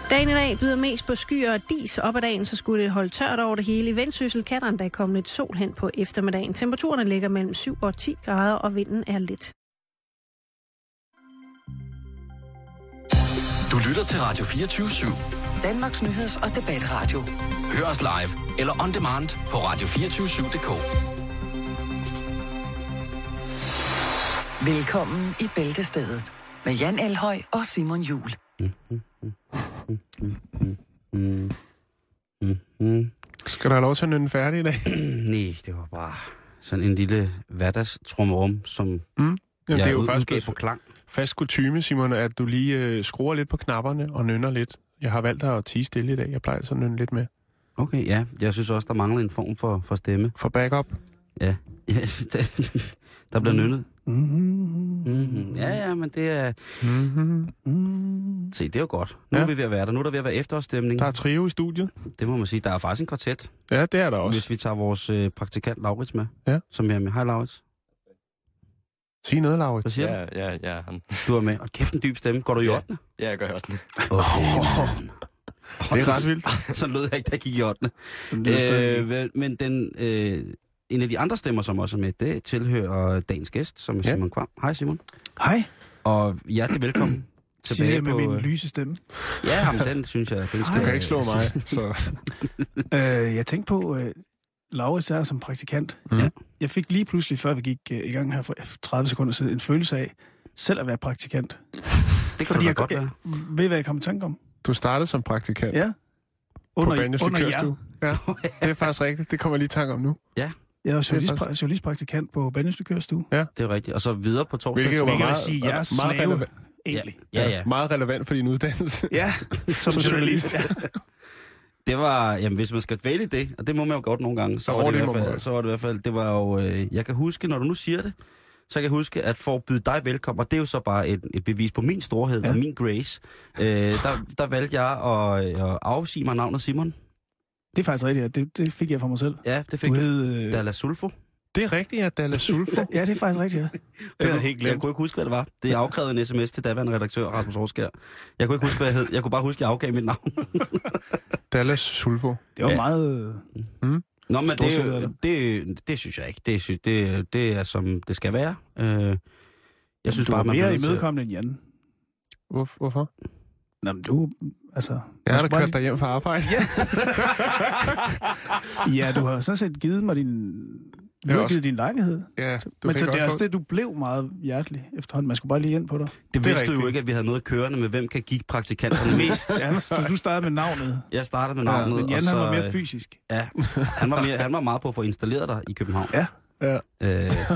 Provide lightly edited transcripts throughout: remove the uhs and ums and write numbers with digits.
Dagen i dag byder mest på skyer og dis. Op ad dagen så skulle det holde tørt over det hele. I Vendsyssel kan der endda komme lidt sol hen på eftermiddagen. Temperaturerne ligger mellem 7 og 10 grader, og vinden er lidt. Du lytter til Radio 24/7. Danmarks nyheds- og debatradio. Hør os live eller on demand på radio247.dk. Velkommen i Bæltestedet med Jan Elhøj og Simon Juhl. Skal du have lov til at nynne færdig i dag? Nej, det var bare sådan en lille hverdagstrumrum, som Jamen, det er jo faktisk på klang. fast kutyme, Simon, at du lige skruer lidt på knapperne og nynner lidt. Jeg har valgt at tie stille i dag. Jeg plejer så at nynne lidt med. Okay, ja. Jeg synes også, der mangler en form for stemme. For backup? Ja. Der bliver nynnet. Ja, men det er... Se, det er jo godt. Nu er vi ved at være der. Nu er der ved at være efterårsstemning. Der er trio i studiet. Det må man sige. Der er faktisk en kvartet. Ja, det er der også. Hvis vi tager vores praktikant Laurits med. Ja. Som er med. Hej, Laurits. Sig noget, Laurits. Hvad siger du? Ja, han. Du er med. Og kæft en dyb stemme. Går du i 8. Ja, jeg gør i 8. Det er ret vildt. Så lød jeg ikke, der gik i 8. Men den... en af de andre stemmer, som også er med, det tilhører dagens gæst, som er Simon Kvam. Hej Simon. Hej. Og hjertelig velkommen tilbage Siger med på... min lyse stemme. Ja, men den synes jeg... Den Du kan ikke slå mig, så... Jeg tænkte på, Laurits er som praktikant. Ja. Jeg fik lige pludselig, før vi gik i gang her for 30 sekunder siden, en følelse af selv at være praktikant. Det kan du godt være. Ved I, hvad jeg kom i tanke om? Du startede som praktikant. Ja. På Banjos Likørstue. Ja, det er faktisk rigtigt. Det kommer jeg lige i tanke om nu. Ja. Jeg var journalistpraktikant på Banjos Likørstue. Ja. Det er rigtigt. Og så videre på torsdag. Hvilket jo var meget, sige, jeg er meget slave, relevant. egentlig. Ja. Meget relevant for din uddannelse. Ja, som journalist. Ja. Det var, jamen hvis man skal dvæle i det, og det må man jo godt nogle gange, så var det i hvert fald, det var jo, jeg kan huske, når du nu siger det, så kan jeg huske, at for at byde dig velkommen, og det er jo så bare et bevis på min storhed og min grace, der valgte jeg at afsige mig navnet Simon. Det er faktisk rigtigt, det fik jeg for mig selv. Ja, det fik jeg. Dallas Sulfo. Det er rigtigt, at Dallas Sulfo. Ja, det er faktisk rigtigt, ja. Det havde jeg helt glemt. Jeg kunne ikke huske, hvad det var. Det afkrævede en sms til daværende redaktør Rasmus Årskær. Jeg kunne ikke huske, hvad jeg hed. Jeg kunne bare huske, at jeg afgav mit navn. Dallas Sulfo. Det var meget... Nå, men det synes jeg ikke. Det er som det skal være. Jeg synes du bare, er man mere imødekommende end Jan. Hvorfor? Nå, men du... Altså... Jeg har da kørt dig hjem fra arbejde. Ja. Ja, du har sådan set givet mig din lejlighed. Ja, men så det er også det, du blev meget hjertelig efterhånden. Man skulle bare lige ind på dig. Det vidste du jo ikke, at vi havde noget kørende med, hvem kan give praktikanterne mest. Ja, så du startede med navnet. Jeg startede med navnet. Men Jan, han var mere fysisk. Ja, han var meget på at få installeret dig i København. Ja. Ja. Det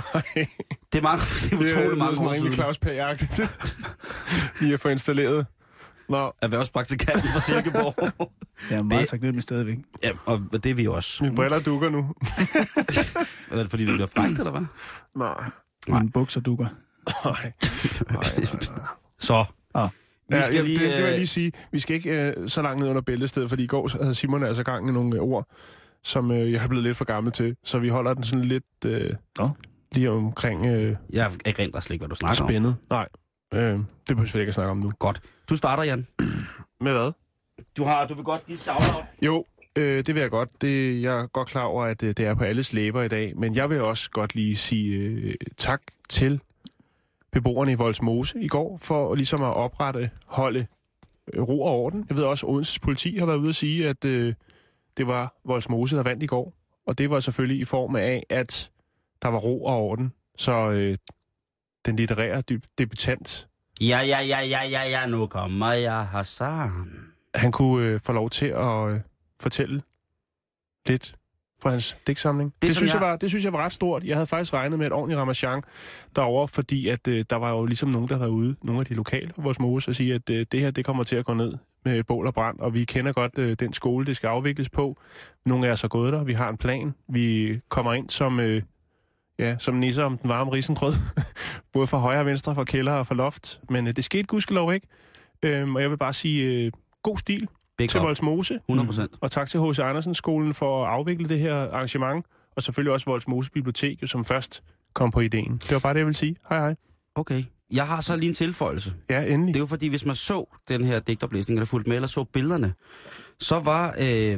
er utroligt mange år siden. Det er Claus Pag-agtigt. Lige at få installeret. Erhvervspraktikanten fra Silkeborg. Jeg er meget taknemmelig stadigvæk. Ja, og det er vi også. Mine briller dukker nu. Er det fordi, det bliver frækt, eller hvad? Nej. Mine bukser dukker. Nej. Så. Det vil jeg lige sige. Vi skal ikke så langt ned under bæltestedet, fordi i går havde Simon altså gang i nogle ord, som jeg har blevet lidt for gammel til. Så vi holder den sådan lidt lige omkring... Jeg erindrer slet ikke, hvad du snakker spændet. Nej. Det behøver vi ikke at snakke om nu. Godt. Du starter, Jan. Med hvad? Du vil godt give shout-out. Jo, det vil jeg godt. Jeg er godt klar over, at det er på alles læber i dag. Men jeg vil også godt lige sige tak til beboerne i Vollsmose i går, for ligesom at holde ro og orden. Jeg ved også, at Odenses politi har været ude at sige, at det var Vollsmose, der vandt i går. Og det var selvfølgelig i form af, at der var ro og orden. Så den litterære debutant... Ja, nu kommer jeg, Hassan. Han kunne få lov til at fortælle lidt fra hans digtsamling. Det synes jeg var ret stort. Jeg havde faktisk regnet med et ordentligt ramachan derovre, fordi at der var jo ligesom nogen, der var ude, nogle af de lokale på Vollsmose, og sige, at det her, det kommer til at gå ned med bål og brand, og vi kender godt den skole, det skal afvikles på. Nogle af os er gået der, vi har en plan. Vi kommer ind som nisser om den varme risengrød. Både fra højre og venstre, fra kælder og fra loft. Men det skete gudskelov ikke. Og jeg vil bare sige god stil til Vollsmose. 100%. Og tak til H.C. Andersen skolen for at afvikle det her arrangement. Og selvfølgelig også Vollsmose Bibliotek, som først kom på ideen. Det var bare det, jeg ville sige. Hej hej. Okay. Jeg har så lige en tilføjelse. Ja, endelig. Det er jo fordi, hvis man så den her digtoplæsning, eller fulgte med, eller så billederne, så var,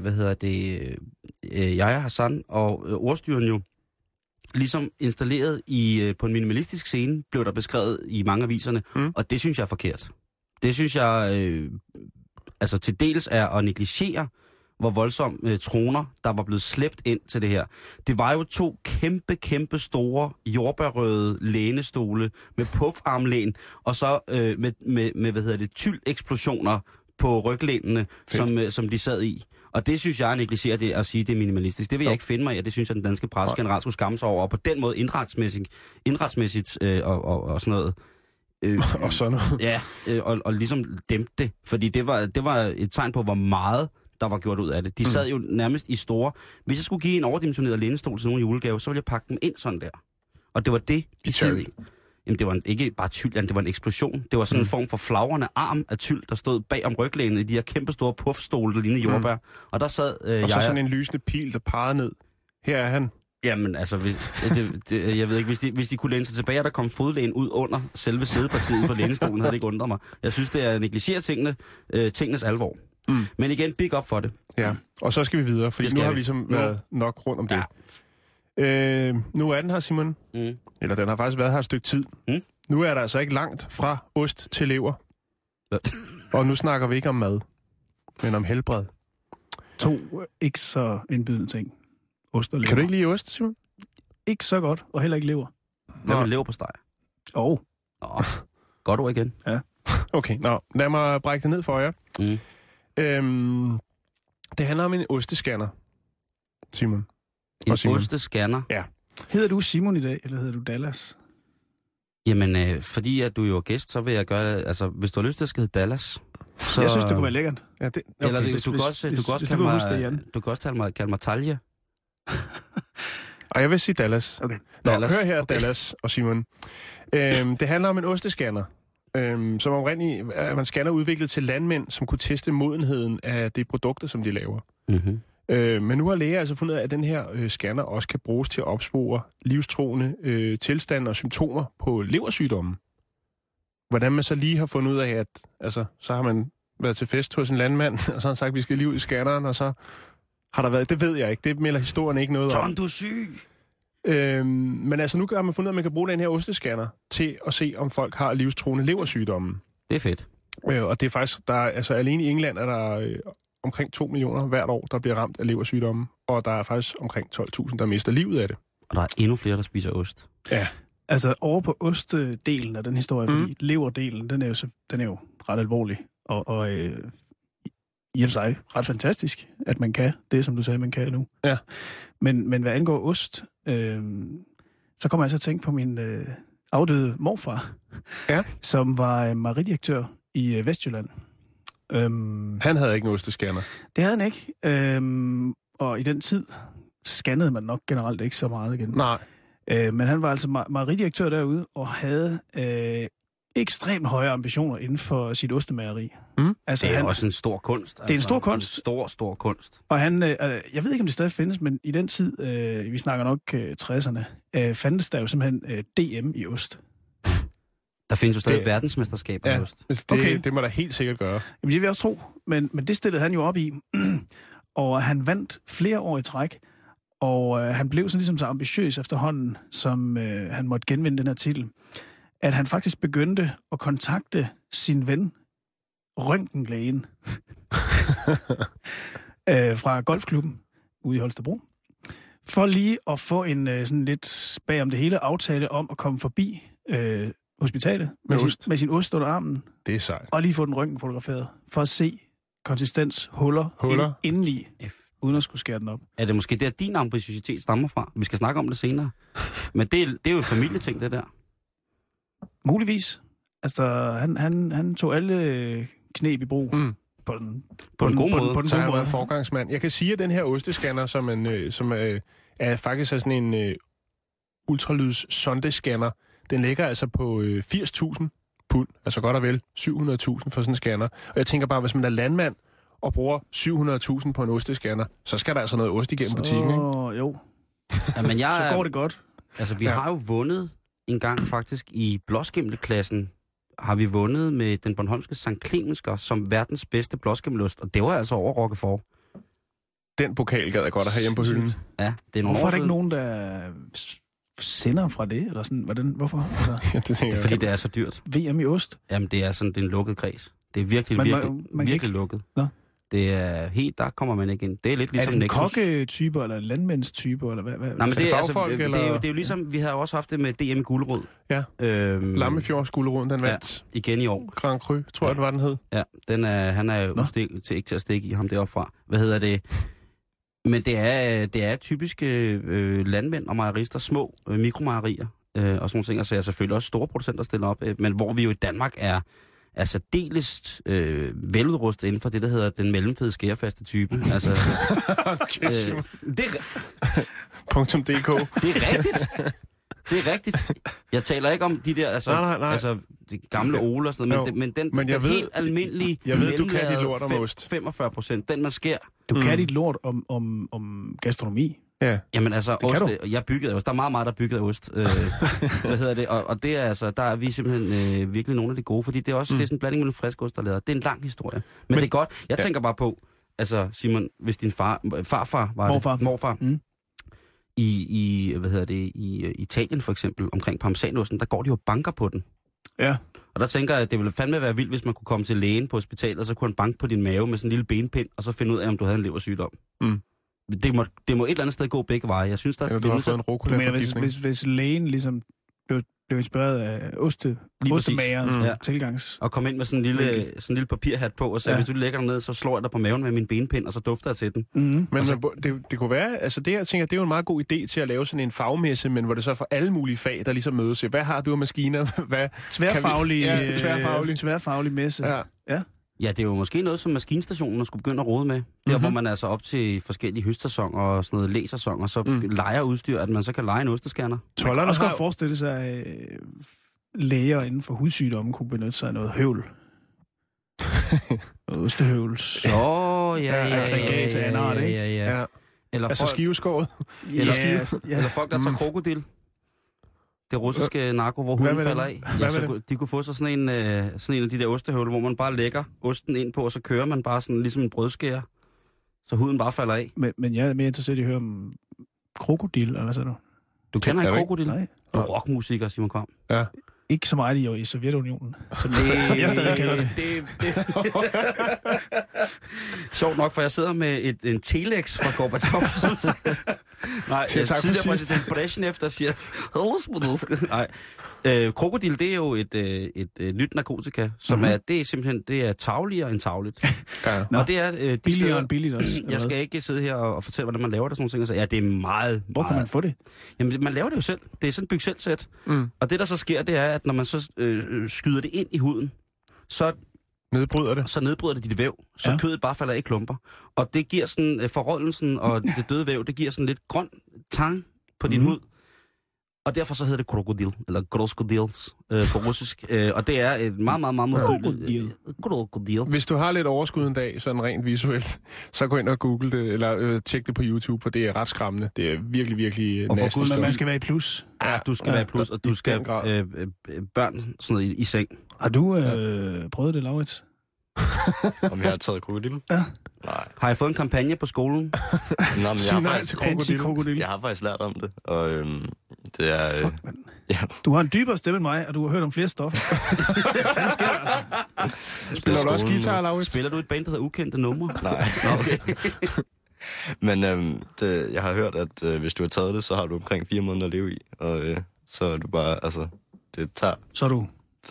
Yahya Hassan og ordstyren jo ligesom installeret på en minimalistisk scene, blev der beskrevet i mange aviserne, og det synes jeg er forkert. Det synes jeg, til dels er at negligere, hvor voldsom troner, der var blevet slæbt ind til det her. Det var jo 2 kæmpe store jordbærrøde lænestole med puffarmlæn, og så med tyld-eksplosioner på ryglænene, som de sad i. Og det synes jeg negligerer det at sige, det er minimalistisk. Det vil jeg ikke finde mig i, og det synes jeg, den danske presse generelt skulle skamme sig over. Og på den måde indretsmæssigt og sådan noget. Og sådan noget. Ja, og ligesom dæmpe det. Fordi det var et tegn på, hvor meget der var gjort ud af det. De sad jo nærmest i store... Hvis jeg skulle give en overdimensioneret lænestol til nogen julegave, så ville jeg pakke dem ind sådan der. Og det var det, de sad i. Jamen, det var ikke bare tyld, det var en eksplosion. Det var sådan en form for flagrende arm af tyld, der stod bag om ryglænet i de her kæmpe store puffstole, der lignede jordbær. Og der sad og så sådan en lysende pil, der pegede ned. Her er han. Jamen, altså, jeg ved ikke, hvis de kunne læne sig tilbage, og der kom fodlægen ud under selve sædepartiet på lænestolen, havde det ikke undret mig. Jeg synes, det er at negligere tingenes alvor. Men igen, big up for det. Ja, og så skal vi videre, fordi nu har vi ligesom været nok rundt om det. Ja. Nu er den her, Simon. Eller den har faktisk været her et stykke tid. Nu er der altså ikke langt fra ost til lever. Og nu snakker vi ikke om mad, men om helbred. 2 ikke så indbydende ting. Ost og lever. Kan du ikke lide ost, Simon? Ikke så godt, og heller ikke lever. Hvad med lever på steg? Godt ord igen. Ja. Okay, lad mig brække det ned for jer. Det handler om en ostescanner, Simon. En ostescanner? Ja. Hedder du Simon i dag, eller hedder du Dallas? Jamen, fordi at du jo er gæst, så vil jeg gøre... Altså, hvis du har lyst til at skal hedde Dallas, så... Jeg synes, det kunne være lækkert. Ja, det, okay. Eller du kan også kalde mig Talje. Og jeg vil sige Dallas. Okay. Dallas. Hør her, okay. Dallas og Simon. Det handler om en ostescanner, som oprindeligt er man scanner udviklet til landmænd, som kunne teste modenheden af de produkter, som de laver. Mm-hmm. Men nu har læger altså fundet ud af, at den her scanner også kan bruges til at opspore livstruende tilstande og symptomer på leversygdomme. Hvordan man så lige har fundet ud af, at altså, så har man været til fest hos en landmand, og så har han sagt, at vi skal lige ud i scanneren, og så har der været... Det ved jeg ikke. Det melder historien ikke noget om. Tom, du er syg! Men altså, nu har man fundet ud af, at man kan bruge den her ostescanner til at se, om folk har livstruende leversygdomme. Det er fedt. Og det er faktisk... alene i England er der omkring 2 millioner hvert år, der bliver ramt af leversygdomme, og der er faktisk omkring 12.000, der mister livet af det. Og der er endnu flere, der spiser ost. Ja. Altså over på ostdelen af den historie, fordi leverdelen, den er jo ret alvorlig, og i og for sig ret fantastisk, at man kan det, som du sagde, man kan nu. Ja. Men hvad angår ost, så kommer jeg så at tænke på min afdøde morfar, som var mejeridirektør i Vestjylland. Han havde ikke en ostescanner. Det havde han ikke. Og i den tid scannede man nok generelt ikke så meget igen. Nej. Men han var altså mejeridirektør derude og havde ekstremt høje ambitioner inden for sit ostemageri. Altså, det er også en stor kunst. Det er en stor kunst. Stor kunst. Og han, jeg ved ikke, om det stadig findes, men i den tid, vi snakker nok 60'erne, fandtes der jo simpelthen DM i ost. Der findes jo stadig verdensmesterskab i ost. Det må der helt sikkert gøre. Jamen, det vil jeg også tro, men det stillede han jo op i. Og han vandt flere år i træk, og han blev sådan ligesom så ambitiøs efterhånden, som han måtte genvinde den her titel, at han faktisk begyndte at kontakte sin ven, røntgenlægen, fra golfklubben ude i Holstebro, for lige at få en sådan lidt bag om det hele aftale om at komme forbi hospitalet med sin ost under armen. Det er sejt. Og lige få den røntgenfotograferet, for at se konsistens, huller. Indeni, uden at skulle skære den op. Er det måske der, din ambitiøsitet stammer fra? Vi skal snakke om det senere. Men det er jo en familieting, det der. Muligvis. Altså, han tog alle kneb i brug. På en god måde. Så han var en forgangsmand. Jeg kan sige, at den her ostescanner, som er faktisk sådan en ultralyds sondescanner, den ligger altså på 80.000 pund, altså godt og vel 700.000 for sådan en scanner. Og jeg tænker bare, hvis man er landmand og bruger 700.000 på en ostescanner, så skal der altså noget ost igennem butikken, ikke? Jo. Ja, men så går det godt. Altså, vi har jo vundet en gang faktisk i blåskimmelklassen, har vi vundet med den bornholmske Sankt Clemensker som verdens bedste blåskimmelost, og det var altså over Roquefort. Den pokal gad jeg godt at have hjemme på hylden. Ja, det er nogle Hvorfor er der ikke nogen, der sender fra det? Eller sådan? Hvorfor? Altså, Ja, det Det er fordi, det er så dyrt. VM i ost? Jamen, det er en lukket kreds. Det er virkelig ikke lukket. Nå. Det er helt, der kommer man ikke ind. Det er lidt ligesom Nexus. Er det kokketyper eller landmændstyper? Eller hvad? Nej, men det er, fagfolk, eller? det er jo ligesom, vi har jo også haft det med DM i Gulerod. Ja, Lammefjords Gulerod, den vandt. Ja, igen i år. Grand Cru, tror jeg, det var, den hed. Ja, han er jo ikke til at stikke i ham deroppe fra. Hvad hedder det? Men det er typiske landmænd og mejerister, små mikromejerier og sådan nogle ting. Og så er selvfølgelig også store producenter stiller op, men hvor vi jo i Danmark er særdeles veludrustet inden for det, der hedder den mellemfede skærefaste type. Altså, .dk. Det er rigtigt. Det er rigtigt. Jeg taler ikke om de der, nej. altså de gamle Ole og sådan noget, men den helt almindelige, jeg ved, du kan dit lort om ost. 45%, den man skærer. Du kan dit lort om gastronomi. Ja. Jamen altså, ost, jeg byggede ost. Der er meget, meget, der byggede ost. Hvad hedder det? Og det er altså, der er vi simpelthen virkelig nogle af de gode, fordi det er også det er sådan en blanding mellem frisk ost og læder. Det er en lang historie. Men det er godt. Jeg tænker bare på, altså Simon, hvis din farfar var morfar. I Italien for eksempel, omkring parmesanosten, der går de jo banker på den. Ja. Og der tænker jeg, at det ville fandme være vildt, hvis man kunne komme til lægen på hospitalet, og så kunne han banke på din mave med sådan en lille benpind, og så finde ud af, om du havde en leversygdom. Mm. Det må et eller andet sted gå begge veje. Jeg synes, der du har fået en rucola-forgiftning. Hvis lægen ligesom blev inspireret af ostemagerens tilgangs. Og kom ind med sådan en lille papirhat på, og sagde, hvis du lægger dig ned, så slår jeg dig på maven med min benpind, og så dufter jeg til den. Mm-hmm. Men det kunne være, altså det jeg tænker, det er jo en meget god idé til at lave sådan en fagmesse, men hvor det så er for alle mulige fag, der ligesom mødes. Hvad har du af maskiner? Hvad tværfaglig messe. Ja. Ja, det er jo måske noget, som maskinstationen skulle begynde at rode med. Der, hvor man altså op til forskellige høstsæsoner og sådan noget læsæsoner, så leger udstyr, at man så kan lege en osteskærner. Man kan også godt forestille sig, at læger inden for hudsygdomme kunne benytte sig af noget høvl. Noget ostehøvls. Ja. Eller altså skiveskåret. Eller folk, der tager krokodil. Det russiske narko, hvor huden falder af. De kunne få sig sådan en af de der ostehøvle, hvor man bare lægger osten ind på, og så kører man bare sådan ligesom en brødskære, så huden bare falder af. Men jeg er mere interesseret i at høre om krokodil, eller hvad siger du? Du kender ikke krokodil? Nej. Du er rockmusiker, Simon Kvam. Ja. Ikke så meget i Sovjetunionen, som jeg stadig kender det. Sjovt nok, for jeg sidder med en telex fra Gorbachev. Nej, tidligere præsident Brezhnev, der siger... Nej. Krokodil, det er jo et nyt narkotika, som det er simpelthen tarveligere end tarveligt. Ja. Og det er... billigt også. Jeg skal ikke sidde her og fortælle, hvordan man laver det, sådan nogle ting. Så, ja, det er meget... Hvor kan man få det? Jamen, man laver det jo selv. Det er sådan et byg-selv-sæt. Og det, der så sker, det er, at når man så skyder det ind i huden, så nedbryder det dit væv, så kødet bare falder i klumper. Og det giver sådan, forrådelsen og det døde væv, det giver sådan lidt grøn tang på din hud. Og derfor så hedder det krokodil, eller krokodils på russisk. Og det er et meget, meget, meget modbydeligt krokodil. Hvis du har lidt overskud en dag, sådan rent visuelt, så gå ind og google det, eller tjek det på YouTube, for det er ret skræmmende. Det er virkelig, virkelig nasty. Og man skal være i plus. Ja, du skal være i plus, og du skal børn sådan noget i seng. Har du prøvet det, Laurits? Om jeg har taget krokodil? Ja. Nej. Har I fået en kampagne på skolen? Nå, men jeg nej til krokodil. Jeg har faktisk lært om det, og det er... Ja. Du har en dybere stemme end mig, og du har hørt om flere stoffer. Hvad sker der, altså? Spiller du også guitar, Laurits? Spiller du et band, der hedder Ukendte Numre? Nej. Okay. Men jeg har hørt, at hvis du har taget det, så har du omkring 4 måneder at leve i, og så er du bare, altså, det tager... Så er du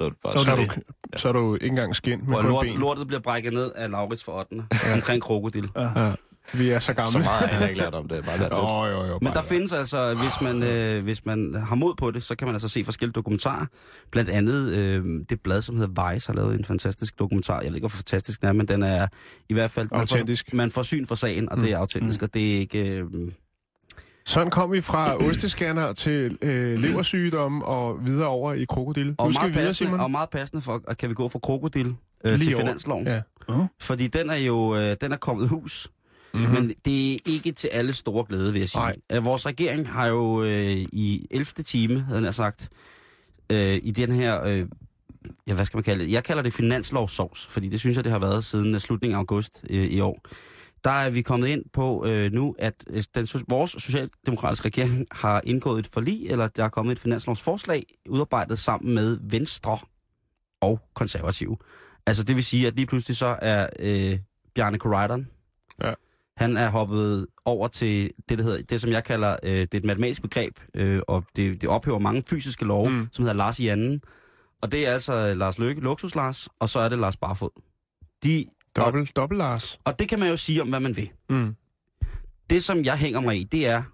ikke engang skind med kun ben. Lortet bliver brækket ned af Laurits for 8. omkring krokodil. Ja. Vi er så gamle. Så meget har jeg ikke lært om det. Jo, men der findes altså, hvis man har mod på det, så kan man altså se forskellige dokumentarer. Blandt andet det blad, som hedder Vice, har lavet en fantastisk dokumentar. Jeg ved ikke, hvor fantastisk den er, men den er i hvert fald... Autentisk. Man får syn for sagen, og det er autentisk, og det er ikke... Sådan kom vi fra ostescanner til leversygdomme og videre over i krokodil. Og meget passende for, at kan vi gå fra krokodil til finansloven. Ja. Fordi den er kommet hus. Mm-hmm. Men det er ikke til alle store glæde, vil jeg sige. Vores regering har jo i 11. time, havde jeg sagt, i den her, hvad skal man kalde det? Jeg kalder det finanslovssovs, fordi det synes jeg, det har været siden slutningen af august i år. Der er vi kommet ind på nu, at vores socialdemokratiske regering har indgået et forlig, eller der er kommet et finanslovsforslag, udarbejdet sammen med Venstre og Konservative. Altså det vil sige, at lige pludselig så er Bjarne Corydon, han er hoppet over til det, der hedder, det som jeg kalder, det er et matematisk begreb, og det ophæver mange fysiske love, som hedder Lars i anden. Og det er altså Lars Løkke, Luksus Lars, og så er det Lars Barfod. Dobbelt Lars. Og det kan man jo sige om, hvad man vil. Det, som jeg hænger mig i, det er,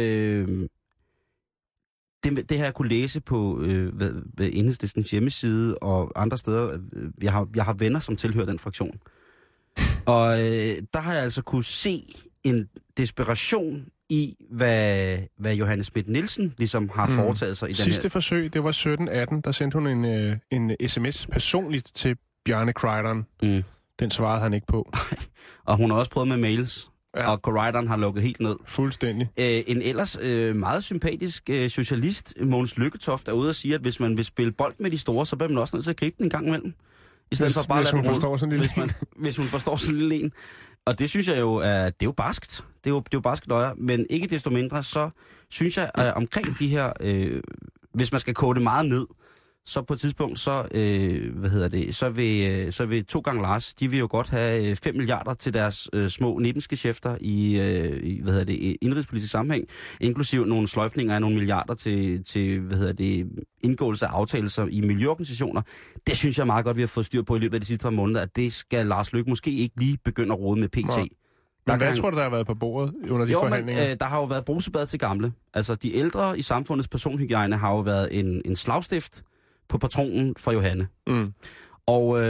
det har jeg kunne læse på ved Enhedslistens hjemmeside og andre steder. Jeg har venner, som tilhører den fraktion. Og der har jeg altså kunne se en desperation i, hvad Johanne Schmidt-Nielsen ligesom har foretaget sig i den sidste forsøg, det var 17-18, der sendte hun en sms personligt til Bjarne Corydon. Den svarede han ikke på. Og hun har også prøvet med mails, og Corydon har lukket helt ned. Fuldstændig. En ellers meget sympatisk socialist, Mogens Lykketoft, er ude og sige, at hvis man vil spille bold med de store, så bliver man også nødt til at gribe den en gang imellem. I stedet for bare hvis hun forstår sådan en lille hvis hun forstår sådan en lille en. Og det synes jeg jo, det er jo barskt. Det er jo barskt løjer. Men ikke desto mindre, så synes jeg, at omkring de her, hvis man skal koge det meget ned, så på et tidspunkt, så vil 2 gange Lars, de vil jo godt have 5 milliarder til deres små nebenskefter i indrigspolitisk sammenhæng, inklusiv nogle sløjfninger af nogle milliarder til indgåelse af aftaler i miljøorganisationer. Det synes jeg meget godt, vi har fået styr på i løbet af de sidste 3 måneder, at det skal Lars Løkke måske ikke lige begynde at rode med pt. Men hvad tror du, der har været på bordet under de forhandlinger? Men, der har jo været brusebad til gamle. Altså, de ældre i samfundets personhygiejne har jo været en slagstift på patronen for Johanne. Og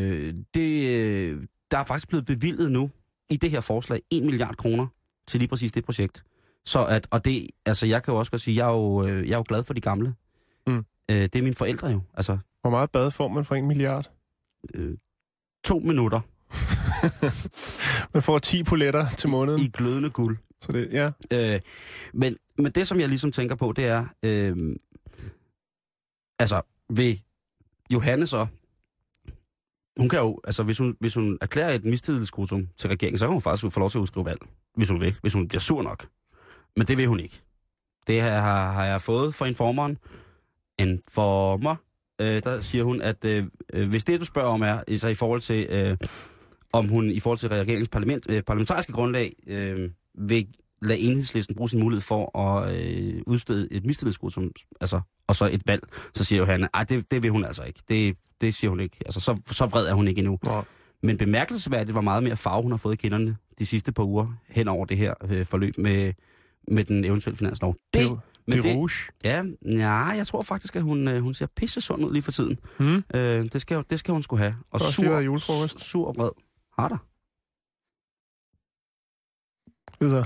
der er faktisk blevet bevilget nu i det her forslag 1 milliard kroner til lige præcis det projekt. Så jeg kan jo også godt sige, jeg er jo glad for de gamle. Det er mine forældre jo. Altså, hvor meget bad får man for 1 milliard? 2 minutter. Man får 10 poletter til måneden. I glødende guld. Så det, ja. Men det, som jeg ligesom tænker på, det er, vil Johanne så, hun kan jo, altså hvis hun erklærer et mistillidsvotum til regeringen, så kan hun faktisk få lov til at udskrive valg, hvis hun vil, hvis hun bliver sur nok. Men det vil hun ikke. Det har jeg fået fra informer. Der siger hun, at hvis det, du spørger om, er så i forhold til, om hun i forhold til regeringens parlamentariske grundlag vil lade Enhedslisten bruge sin mulighed for at udstede et mistillidsvotum, altså, og så et valg, så siger Johanne, det vil hun altså ikke. Det siger hun ikke. Altså, så vred er hun ikke endnu. Ja. Men bemærkelsesværdigt var meget mere farve, hun har fået i kinderne de sidste par uger hen over det her forløb med den eventuelle finanslov. Det rouge? Ja, jeg tror faktisk, at hun ser pisse sund ud lige for tiden. Det skal hun skulle have. Og sur og vred. Har der. Videre.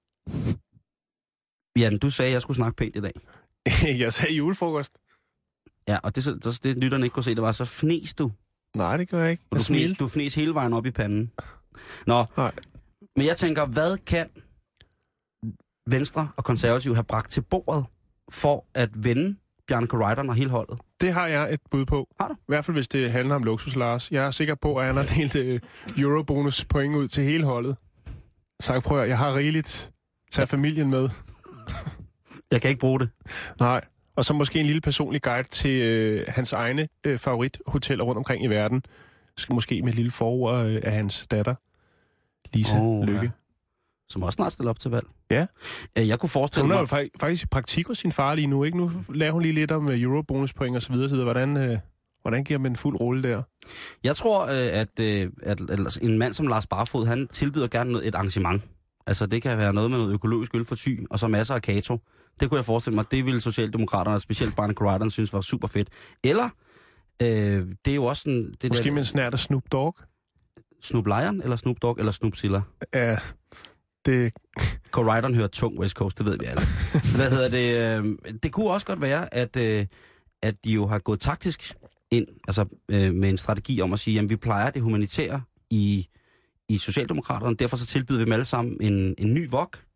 Jan, du sagde, at jeg skulle snakke pænt i dag. Jeg sagde julefrokost. Ja, og det lytterne ikke kunne se, det var så fnes du. Nej, det gør jeg ikke. Du fnes hele vejen op i panden. Nå, nej. Men jeg tænker, hvad kan Venstre og Konservative have bragt til bordet for at vende Bjarne Corydon og hele holdet? Det har jeg et bud på. Har du? I hvert fald, hvis det handler om Luksus Lars. Jeg er sikker på, at han har delt eurobonus point ud til hele holdet. Så prøv at jeg har rigeligt. Tag familien med. Jeg kan ikke bruge det. Nej. Og så måske en lille personlig guide til hans egne favorithoteller rundt omkring i verden. Måske med et lille forord af hans datter, Lisa Lykke. Ja. Som også snart stiller op til valg. Ja. Jeg kunne forestille mig... Hun er jo faktisk i praktik hos sin far lige nu, ikke? Nu lærer hun lige lidt om eurobonuspoint og så videre. Hvordan giver man en fuld rolle der? Jeg tror, at en mand som Lars Barfod, han tilbyder gerne et arrangement. Altså, det kan være noget med noget økologisk øl for Thy, og så masser af Kato. Det kunne jeg forestille mig, det ville Socialdemokraterne, specielt Bjarne Corydon, synes var super fedt. Eller, det er jo også sådan... Måske med en snært af Snoop Dogg? Snoop Lion, eller Snoop Dogg, eller Snoop Silla? Ja, det... Corydon hører tung West Coast, det ved vi alle. Hvad hedder det? Det kunne også godt være, at de jo har gået taktisk ind, altså med en strategi om at sige, jamen vi plejer det humanitære i Socialdemokraterne, derfor så tilbyder vi dem alle sammen en ny vok,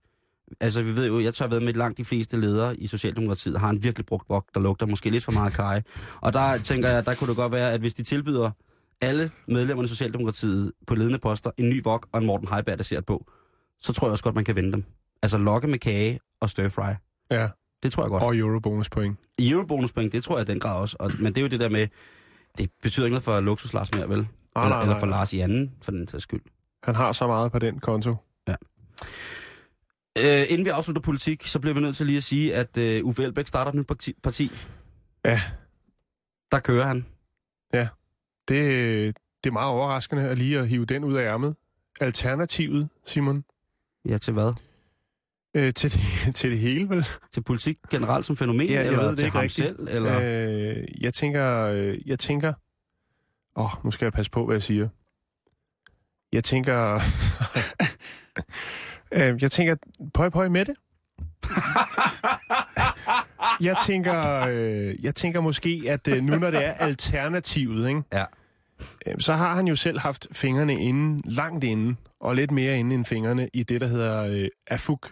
Altså, vi ved jo, jeg tør ved med langt de fleste ledere i Socialdemokratiet har en virkelig brugt vok, der lugter måske lidt for meget kaj. Og der tænker jeg, der kunne det godt være, at hvis de tilbyder alle medlemmerne af Socialdemokratiet på ledende poster en ny vok og en Morten Heiberg, der ser på, så tror jeg også godt, man kan vende dem. Altså lokke med kage og stir-fry. Ja. Det tror jeg godt. Og eurobonuspoint. Eurobonuspoint, det tror jeg den grad også. Men det er jo det der med, det betyder ikke noget for Luksus Lars mere, vel? Eller for Lars i anden, for den sags skyld. Han har så meget på den konto. Ja. Inden vi afslutter politik, så bliver vi nødt til lige at sige, at Uffe Elbæk starter et nyt parti. Ja. Der kører han. Ja. Det er meget overraskende at lige at hive den ud af ærmet. Alternativet, Simon. Ja, til hvad? Til det hele, vel? Til politik generelt som fænomen? Ja, jeg eller ved det til ikke ham rigtigt. selv? Eller? Jeg tænker... nu skal jeg passe på, hvad jeg siger. Jeg tænker... Pøj med det. Jeg tænker måske, at nu når det er alternativet, ikke? Ja. Så har han jo selv haft fingrene langt inde, og lidt mere inde end fingrene i det, der hedder AFUK.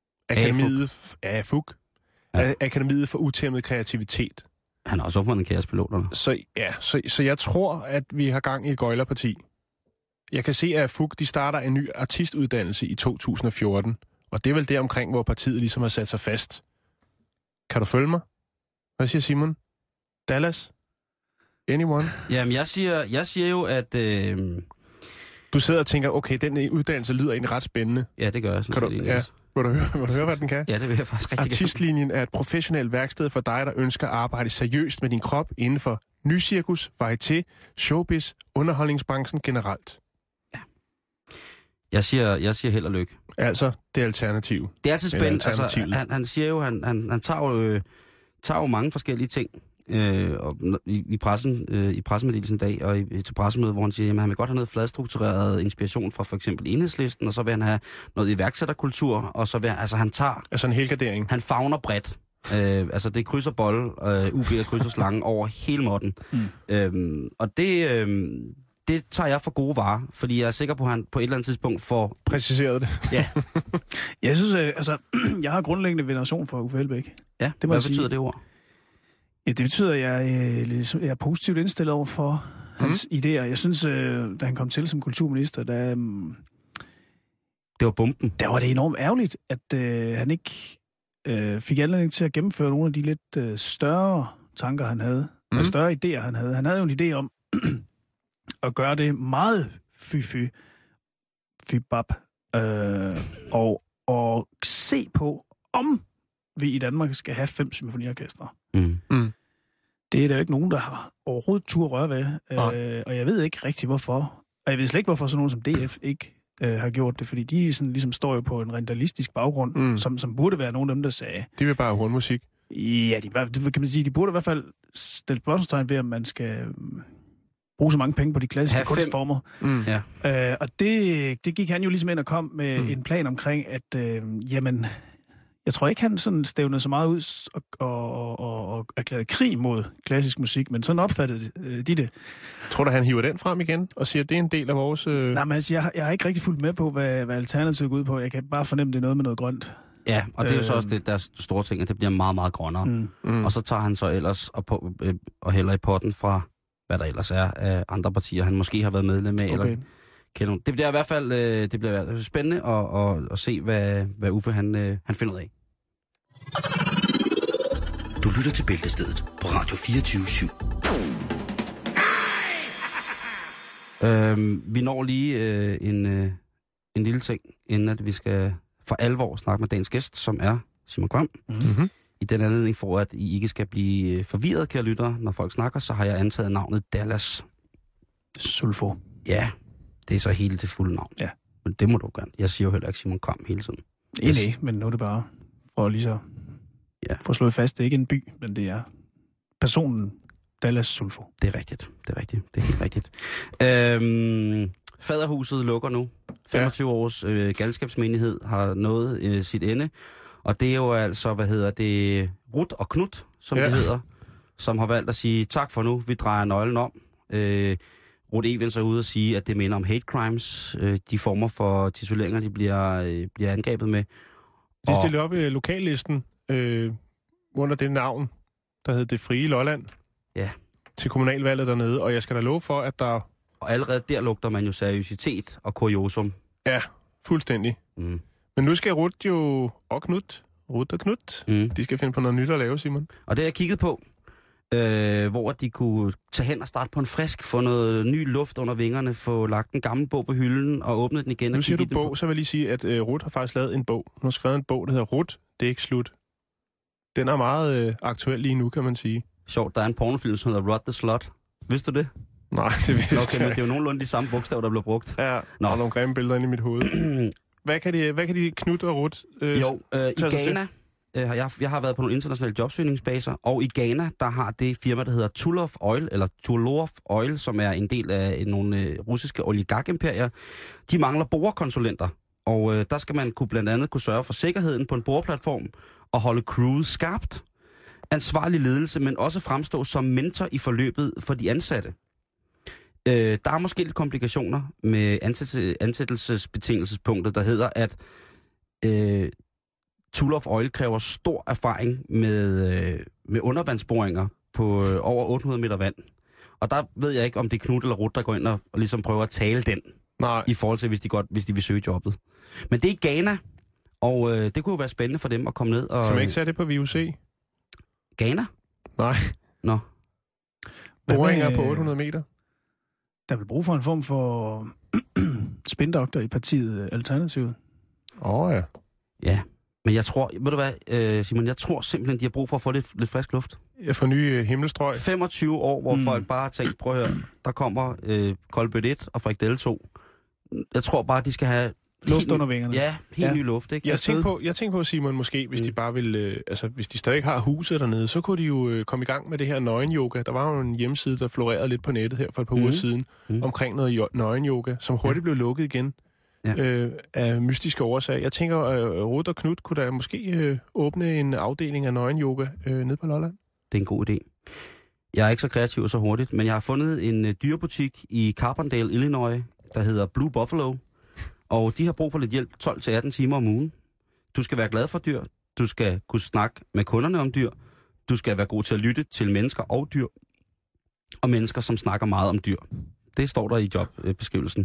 Akademiet for Utæmmet Kreativitet. Han har også opfundet kaospiloterne. Så jeg tror, at vi har gang i et gøjlerparti. Jeg kan se, at AFUK, de starter en ny artistuddannelse i 2014, og det er vel det omkring, hvor partiet ligesom har sat sig fast. Kan du følge mig? Hvad siger Simon? Dallas? Anyone? Jamen, jeg siger jo, at... Du sidder og tænker, okay, den uddannelse lyder egentlig ret spændende. Ja, det gør jeg. Vil du høre, hvad den kan? Ja, det vil jeg faktisk rigtig Artistlinjen er et professionelt værksted for dig, der ønsker at arbejde seriøst med din krop inden for nycirkus, varieté, showbiz, underholdningsbranchen generelt. Ja. Jeg siger held og lykke. Altså, det er alternativ. Det er altid spændende. Altså, han siger jo, han tager jo mange forskellige ting i pressemeddelelsen i dag, og til pressemødet, hvor han siger, at han vil godt have noget fladstruktureret inspiration fra for eksempel Enhedslisten, og så vil han have noget iværksætterkultur, og så vil han tager... Altså en helgardering. Han favner bredt. Altså det krydser bold, UB og krydser slangen over hele måtten. Og det tager jeg for gode varer, fordi jeg er sikker på, at han på et eller andet tidspunkt får... præciseret det. Ja. Jeg synes, jeg har grundlæggende veneration for Uffe Elbæk. Ja, hvad betyder det ord? Ja, det betyder, at jeg er positivt indstillet over for hans idéer. Jeg synes, da han kom til som kulturminister, det var bomben. Der var det enormt ærgerligt, at han ikke fik anledning til at gennemføre nogle af de lidt større tanker, han havde. Og større idéer, han havde. Han havde jo en idé om at gøre det meget fy-bap. Og se på, om vi i Danmark skal have 5 symfoniorkestre. Det er der jo ikke nogen, der har overhovedet tur røre ved. Og jeg ved ikke rigtig, hvorfor. Og jeg ved slet ikke, hvorfor sådan nogen som DF ikke har gjort det. Fordi de sådan, ligesom står jo på en rentalistisk baggrund, som burde være nogen af dem, der sagde... De vil bare have hornmusik. Ja, de burde i hvert fald stille spørgsmålstegn ved, om man skal bruge så mange penge på de klassiske kunstformer. Og det gik han jo ligesom ind og kom med en plan omkring, at jeg tror ikke, han sådan stævnede så meget ud og erklærede krig mod klassisk musik, men sådan opfattede de det. Tror du, han hiver den frem igen og siger, at det er en del af vores... Nej, men altså, jeg har ikke rigtig fulgt med på, hvad alternativet går ud på. Jeg kan bare fornemme, det er noget med noget grønt. Ja, og det er jo så også det, der er store ting, at det bliver meget, meget grønnere. Og så tager han så ellers og hælder i potten fra, hvad der ellers er af andre partier, han måske har været medlem med. Okay. Eller det bliver i hvert fald spændende at se, hvad Uffe han finder ud af. Du lytter til Bæltestedet på Radio 24/7. Vi når lige en lille ting, inden at vi skal for alvor snakke med dagens gæst, som er Simon Kvam. I den anledning, for at I ikke skal blive forvirret, kære lyttere, når folk snakker, så har jeg antaget navnet Dallas Sulfo. Ja, det er så hele til fulde navn. Ja. Men det må du gerne. Jeg siger jo heller ikke Simon Kvam hele tiden. Nej, men nu er det bare for lige så få slået fast, det er ikke en by, men det er personen Dallas Sulfo. Det er rigtigt. Det er helt rigtigt. Faderhuset lukker nu. 25 års galskabsmenighed har nået sit ende. Og det er jo altså, Ruth og Knut, som det hedder, som har valgt at sige, tak for nu, vi drejer nøglen om. Ruth Evens er ude og sige, at det minder om hate crimes, de former for tituleringer, de bliver angrebet med. De stillede op i lokallisten under det navn, der hed Det Frie Lolland. Ja. Til kommunalvalget dernede, og jeg skal da love for, at der... Og allerede der lugter man jo seriøsitet og kuriosum. Ja, fuldstændig. Mm. Men nu skal Ruth og Knut, de skal finde på noget nyt at lave, Simon. Og det har jeg kigget på, hvor de kunne tage hen og starte på en frisk, få noget ny luft under vingerne, få lagt en gammel bog på hylden og åbne den igen. Nu siger du bog, så vil jeg lige sige, at Ruth har faktisk lavet en bog. Hun har skrevet en bog, der hedder Ruth, det er ikke slut. Den er meget aktuel lige nu, kan man sige. Sjovt, der er en pornofilm, som hedder Rod the Slut. Vidste du det? Nej, det vidste jeg ikke. Det er jo nogenlunde de samme bogstaver, der bliver brugt. Ja, og nogle grimme billeder inde i mit hoved. Hvad kan de Knut og Ruth i Ghana, jeg har været på nogle internationale jobsøgningsbaser, og i Ghana, der har det firma, der hedder Tullow Oil, som er en del af nogle russiske oligarkimperier. De mangler borekonsulenter, og der skal man blandt andet kunne sørge for sikkerheden på en boreplatform og holde crewet skarpt. Ansvarlig ledelse, men også fremstå som mentor i forløbet for de ansatte. Der er måske lidt komplikationer med ansættelsesbetingelsespunktet, der hedder, at Tullow Oil kræver stor erfaring med undervandsboringer på over 800 meter vand. Og der ved jeg ikke, om det er Knut eller Ruth, der går ind og ligesom prøver at tale den. Nej. I forhold til, hvis de vil søge jobbet. Men det er i Ghana, og det kunne jo være spændende for dem at komme ned og... Kan man ikke sætte det på VUC? Ghana? Nej. Nå. Boringer på 800 meter? Der vil brug for en form for spindoktor i partiet Alternativet. Ja. Ja, men jeg tror, ved du hvad, Simon, jeg tror simpelthen, de har brug for at få lidt frisk luft. Jeg får nye himmelstrøg. 25 år, hvor folk bare har tænkt, prøv at høre, der kommer Kolbøt 1 og Frikadelle 2. Jeg tror bare, de skal have... Luft under vingerne. Ja, helt ny luft, ikke? Jeg tænker på, Simon, måske, hvis de bare vil... hvis de stadig har huset dernede, så kunne de jo komme i gang med det her nøgen-yoga. Der var jo en hjemmeside, der florerede lidt på nettet her for et par uger siden, omkring noget nøgen-yoga, som hurtigt blev lukket igen af mystiske årsager. Jeg tænker, Ruth og Knut kunne da måske åbne en afdeling af nøgen-yoga nede på Lolland. Det er en god idé. Jeg er ikke så kreativ og så hurtigt, men jeg har fundet en dyrebutik i Carbondale, Illinois, der hedder Blue Buffalo. Og de har brug for lidt hjælp 12-18 timer om ugen. Du skal være glad for dyr. Du skal kunne snakke med kunderne om dyr. Du skal være god til at lytte til mennesker og dyr. Og mennesker, som snakker meget om dyr. Det står der i jobbeskrivelsen.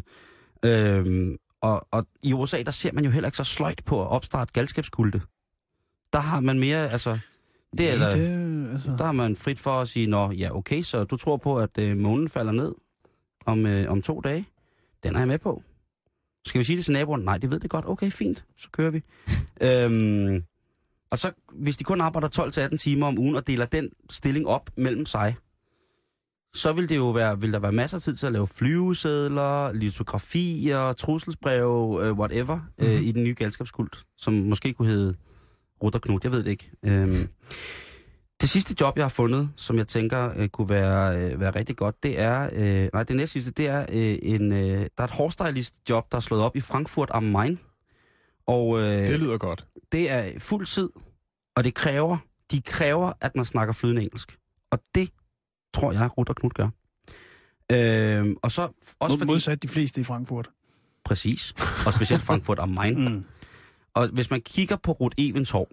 Og i USA, der ser man jo heller ikke så sløjt på at opstarte galskabskulte. Der har man mere, der har man frit for at sige, okay, så du tror på, at månen falder ned om 2 dage. Den er jeg med på. Skal vi sige det til naboen? Nej, de ved det godt. Okay, fint. Så kører vi. Og så, hvis de kun arbejder 12-18 timer om ugen og deler den stilling op mellem sig, så vil der være masser af tid til at lave flyvesedler, litografier, trusselsbreve, whatever, i den nye galskabskult, som måske kunne hedde Ruth og Knut. Jeg ved det ikke. Det sidste job, jeg har fundet, som jeg tænker kunne være rigtig godt, det er... det næstsidste, det er der er et hårstylist-job, der er slået op i Frankfurt am Main. Og, det lyder godt. Det er fuld tid, og de kræver, at man snakker flydende engelsk. Og det tror jeg, Ruth og Knut gør. Og så også modsat de fleste i Frankfurt. Præcis. Og specielt Frankfurt am Main. Og hvis man kigger på Ruth Evenshov,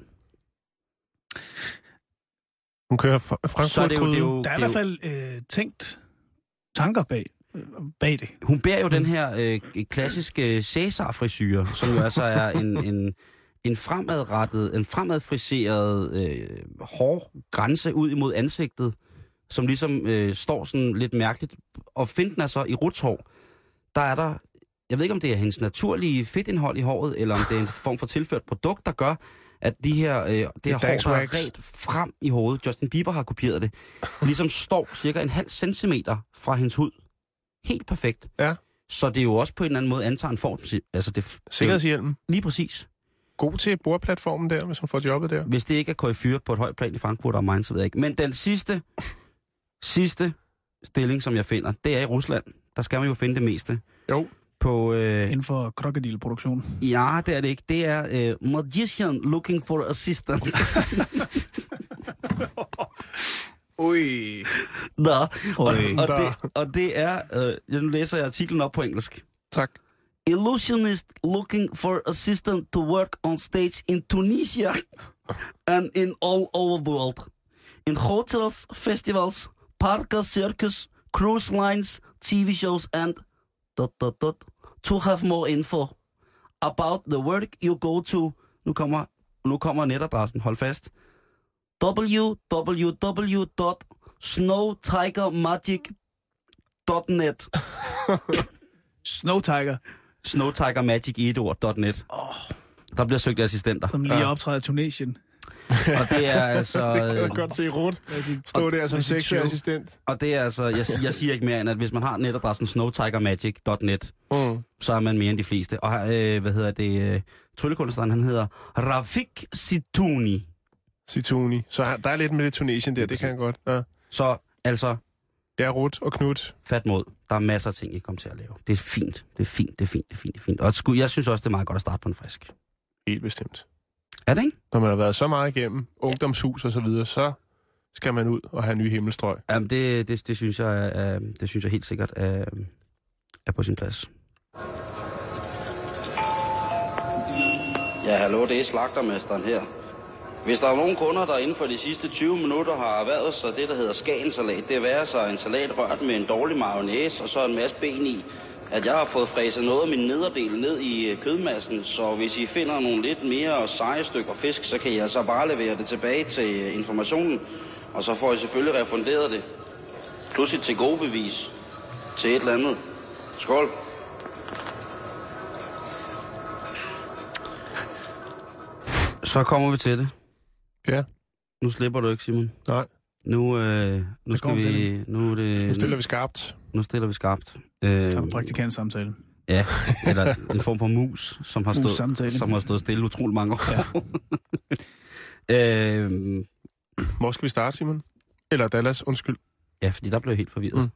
hun kører Frankfurt. Så det er jo, der er i hvert fald tænkt tanker bag det. Hun bærer jo den her klassiske Cæsar-frisyre, som jo altså er en fremadfriseret hård grænse ud imod ansigtet, som ligesom står sådan lidt mærkeligt. Og finten er så i Ruths hår, der er der, jeg ved ikke om det er hendes naturlige fedtindhold i håret, eller om det er en form for tilført produkt, der gør, at det her hår, der er ret frem i hovedet, Justin Bieber har kopieret det, ligesom står cirka 0,5 centimeter fra hendes hud. Helt perfekt. Ja. Så det er jo også på en eller anden måde antager en form. Altså sikkerhedshjelmen. Lige præcis. God til bordplatformen der, hvis hun får jobbet der. Hvis det ikke er KF4 på et højt plan i Frankfurt og Main, så ved jeg ikke. Men den sidste stilling, som jeg finder, det er i Rusland. Der skal man jo finde det meste. Jo. Inden for krokodilproduktion. Ja, det er det ikke. Det er magician looking for assistant. Ui. Og det er... nu læser jeg artiklen op på engelsk. Tak. illusionist looking for assistant to work on stage in Tunisia and in all over the world. In hotels, festivals, parks, circus, cruise lines, TV shows and... To have more info about the work you go to. Nu kommer netadressen, hold fast. www.snowtigermagic.net Snowtigermagic i et ord.net. Der bliver søgt assistenter. Som lige optræder i Tunesien. Og det er altså... Jeg kan godt se Ruth stå der som sexuel assistent. Og det er altså... Jeg siger ikke mere end, at hvis man har netadressen snowtigermagic.net, så er man mere end de fleste. Og tryllekunstneren, han hedder Rafik Situni. Situni. Så der er lidt med det Tunesien der, det kan jeg godt. Ja. Så altså... Det er Ruth og Knut. Fat mod. Der er masser af ting, I kommer til at lave. Det er fint. Det er fint. Og jeg synes også, det er meget godt at starte på en frisk. Helt bestemt. Er det ikke? Når man har været så meget igennem ungdomshus og så videre, så skal man ud og have nye himmelstrøg. Jamen, det synes jeg helt sikkert er på sin plads. Ja, hallo, det er slagtermesteren her. Hvis der er nogen kunder, der inden for de sidste 20 minutter har erhvervet sig det, der hedder skagensalat, det er så en salat rørt med en dårlig mayonnaise og så en masse ben i, at jeg har fået fræset noget af min nederdel ned i kødmassen, så hvis I finder nogle lidt mere seje stykker fisk, så kan jeg så bare levere det tilbage til informationen, og så får I selvfølgelig refunderet det. Plus et til gode bevis til et eller andet. Skål. Så kommer vi til det. Ja. Nu slipper du ikke, Simon. Nej. Nu stiller vi skarpt. Nu stiller vi skarpt. Der var praktikantsamtale. Ja, eller en form for mus, som har stået stille utroligt mange år. Ja. Hvor skal vi starte, Simon? Eller Dallas, undskyld. Ja, fordi der blev jeg helt forvirret.